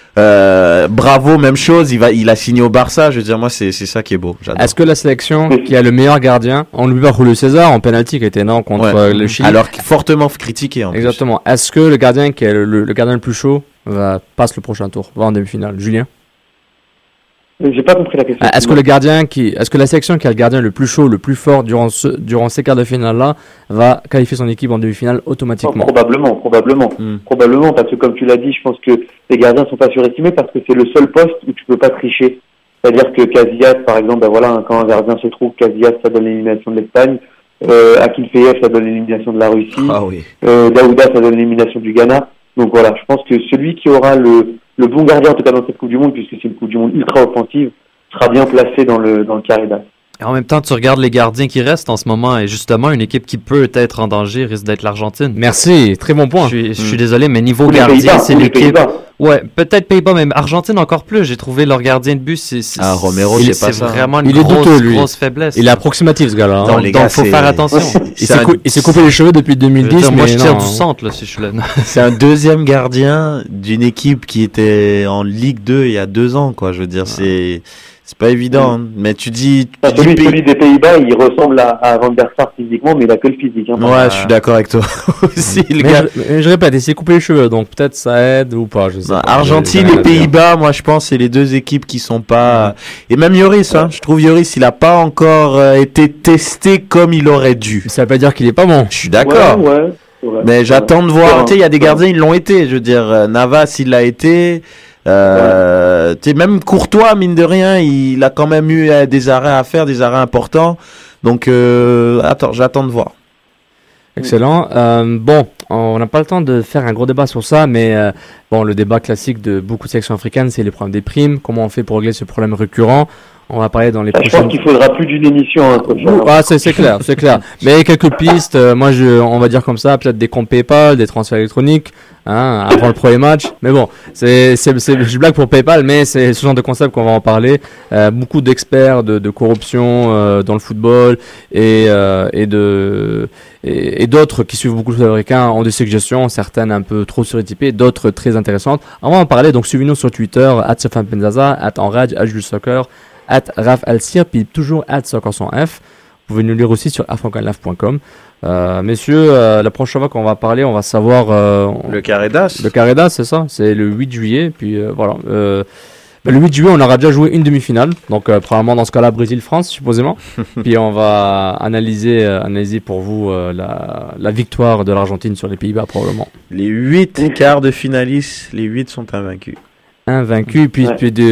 Bravo, même chose, il a signé au Barça. Je veux dire, moi, c'est ça qui est beau. J'adore. Est-ce que la sélection qui a le meilleur gardien, on n'oublie pas Julio César en penalty qui était énorme contre le Chili. Alors fortement critiqué en Exactement. Plus. Est-ce que le gardien qui est le gardien le plus chaud passe le prochain tour, va en demi-finale? Julien? J'ai pas compris la question. Est-ce que la sélection qui a le gardien le plus chaud, le plus fort durant ces quarts de finale là va qualifier son équipe en demi-finale automatiquement? Probablement, parce que comme tu l'as dit, je pense que les gardiens sont pas surestimés parce que c'est le seul poste où tu peux pas tricher. C'est-à-dire que Casillas, par exemple, quand un gardien se trouve, Casillas, ça donne l'élimination de l'Espagne. Akinfeyev, ça donne l'élimination de la Russie. Daouda, ça donne l'élimination du Ghana. Donc voilà, je pense que celui qui aura le bon gardien, en tout cas dans cette Coupe du Monde, puisque c'est une Coupe du Monde ultra offensive, sera bien placé dans le carré d'as. Et en même temps, tu regardes les gardiens qui restent en ce moment, et justement, une équipe qui peut être en danger risque d'être l'Argentine. Merci, très bon point. Je suis désolé, mais niveau gardien, c'est l'équipe. Ouais, peut-être Pays-Bas, mais Argentine encore plus. J'ai trouvé leur gardien de but, Romero, c'est vraiment une grosse faiblesse. Il est approximatif, ce gars-là. Donc, il faut faire attention. Il s'est coupé les cheveux depuis 2010. Moi, je tire du centre, là, si je suis là. C'est un deuxième gardien d'une équipe qui était en Ligue 2 il y a 2 ans, quoi. Je veux dire, c'est pas évident, hein. Mais tu dis... Celui des Pays-Bas, il ressemble à Van der Sar physiquement, mais il a que le physique. Hein, ouais, je suis d'accord avec toi aussi. Je répète, il s'est coupé les cheveux, donc peut-être ça aide ou pas, je sais pas. Argentine et Pays-Bas, moi je pense c'est les deux équipes qui sont pas... Et même Lloris, hein, je trouve Lloris, il a pas encore été testé comme il aurait dû. Ça veut pas dire qu'il est pas bon. Je suis d'accord. Ouais. Mais j'attends de voir. Tu sais, il y a des gardiens, ils l'ont été. Je veux dire, Navas, il l'a été... même Courtois, mine de rien, il a quand même eu des arrêts à faire, des arrêts importants. Donc, j'attends de voir. Excellent. Bon, on n'a pas le temps de faire un gros débat sur ça, mais le débat classique de beaucoup de sélections africaines, c'est les problèmes des primes. Comment on fait pour régler ce problème récurrent? On va parler dans les prochaines... Je pense qu'il faudra plus d'une émission. C'est clair. Mais quelques pistes, on va dire comme ça, peut-être des comptes PayPal, des transferts électroniques, avant le premier match. Mais bon, je blague pour PayPal, mais c'est ce genre de concept qu'on va en parler. Beaucoup d'experts de corruption dans le football et d'autres qui suivent beaucoup de football américain ont des suggestions, certaines un peu trop stéréotypées, d'autres très intéressantes. On va en parler, donc suivez-nous sur Twitter, @SofanPenzaza, @Enrage, @JuleSoccer, @RafAlsir, puis toujours @Soccer100F. Vous pouvez nous lire aussi sur afrocanlife.com. Messieurs, la prochaine fois qu'on va parler, on va savoir... le carré d'as. Le carré d'as, c'est ça. C'est le 8 juillet. Puis voilà. Le 8 juillet, on aura déjà joué une demi-finale. Donc, probablement dans ce cas-là, Brésil-France, supposément. Puis on va analyser pour vous la victoire de l'Argentine sur les Pays-Bas, probablement. Les 8 quarts de finalistes, les 8 sont invaincus. Invaincu, puis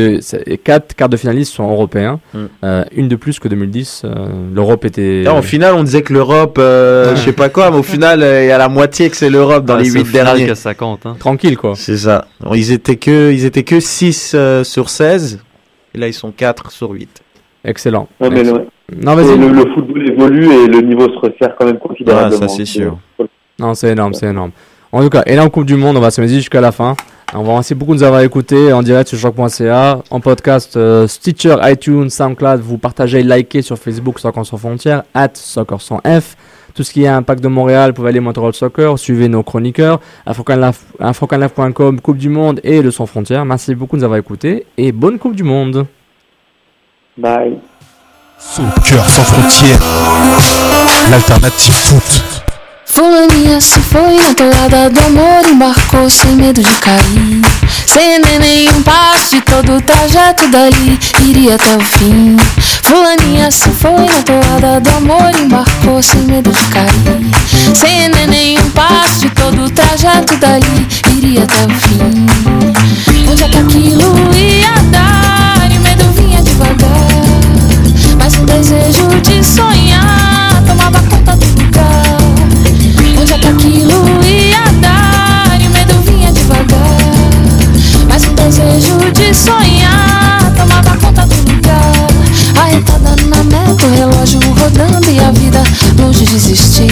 4 quarts de finalistes sont européens, une de plus que 2010. L'Europe était... Là, au final, on disait que l'Europe, je sais pas quoi, mais au final, il y a la moitié que c'est l'Europe dans les 8 derniers. Que ça compte, hein. Tranquille, quoi. C'est ça. Ils étaient que 6 sur 16, et là, ils sont 4 sur 8. Excellent. Ouais, mais non, vas-y. Le football évolue et le niveau se resserre quand même considérablement. Ça, c'est sûr. Non, c'est énorme. En tout cas, énorme Coupe du Monde, on va se mettre jusqu'à la fin. On vous remercie beaucoup de nous avoir écoutés en direct sur choc.ca, en podcast Stitcher, iTunes, SoundCloud. Vous partagez, likez sur Facebook Soccer sans frontières, @Soccer100F. Tout ce qui est Impact de Montréal, vous pouvez aller Montreal Soccer, suivez nos chroniqueurs, afrocanlife.com, Coupe du Monde et le Sans Frontières. Merci beaucoup de nous avoir écoutés et bonne Coupe du Monde. Bye. Soccer sans frontières, l'alternative foot. Fulaninha se foi na toada do amor, embarcou sem medo de cair. Sem nenhum passo de todo o trajeto dali, iria até o fim. Fulaninha se foi na toada do amor, embarcou sem medo de cair. Sem nenhum passo de todo o trajeto dali, iria até o fim. Onde é que aquilo ia dar? E o medo vinha devagar, mas um desejo de sonhar tomava conta do lugar. Onde é que aquilo ia dar? E o medo vinha devagar, mas um desejo de sonhar tomava conta do lugar. destino.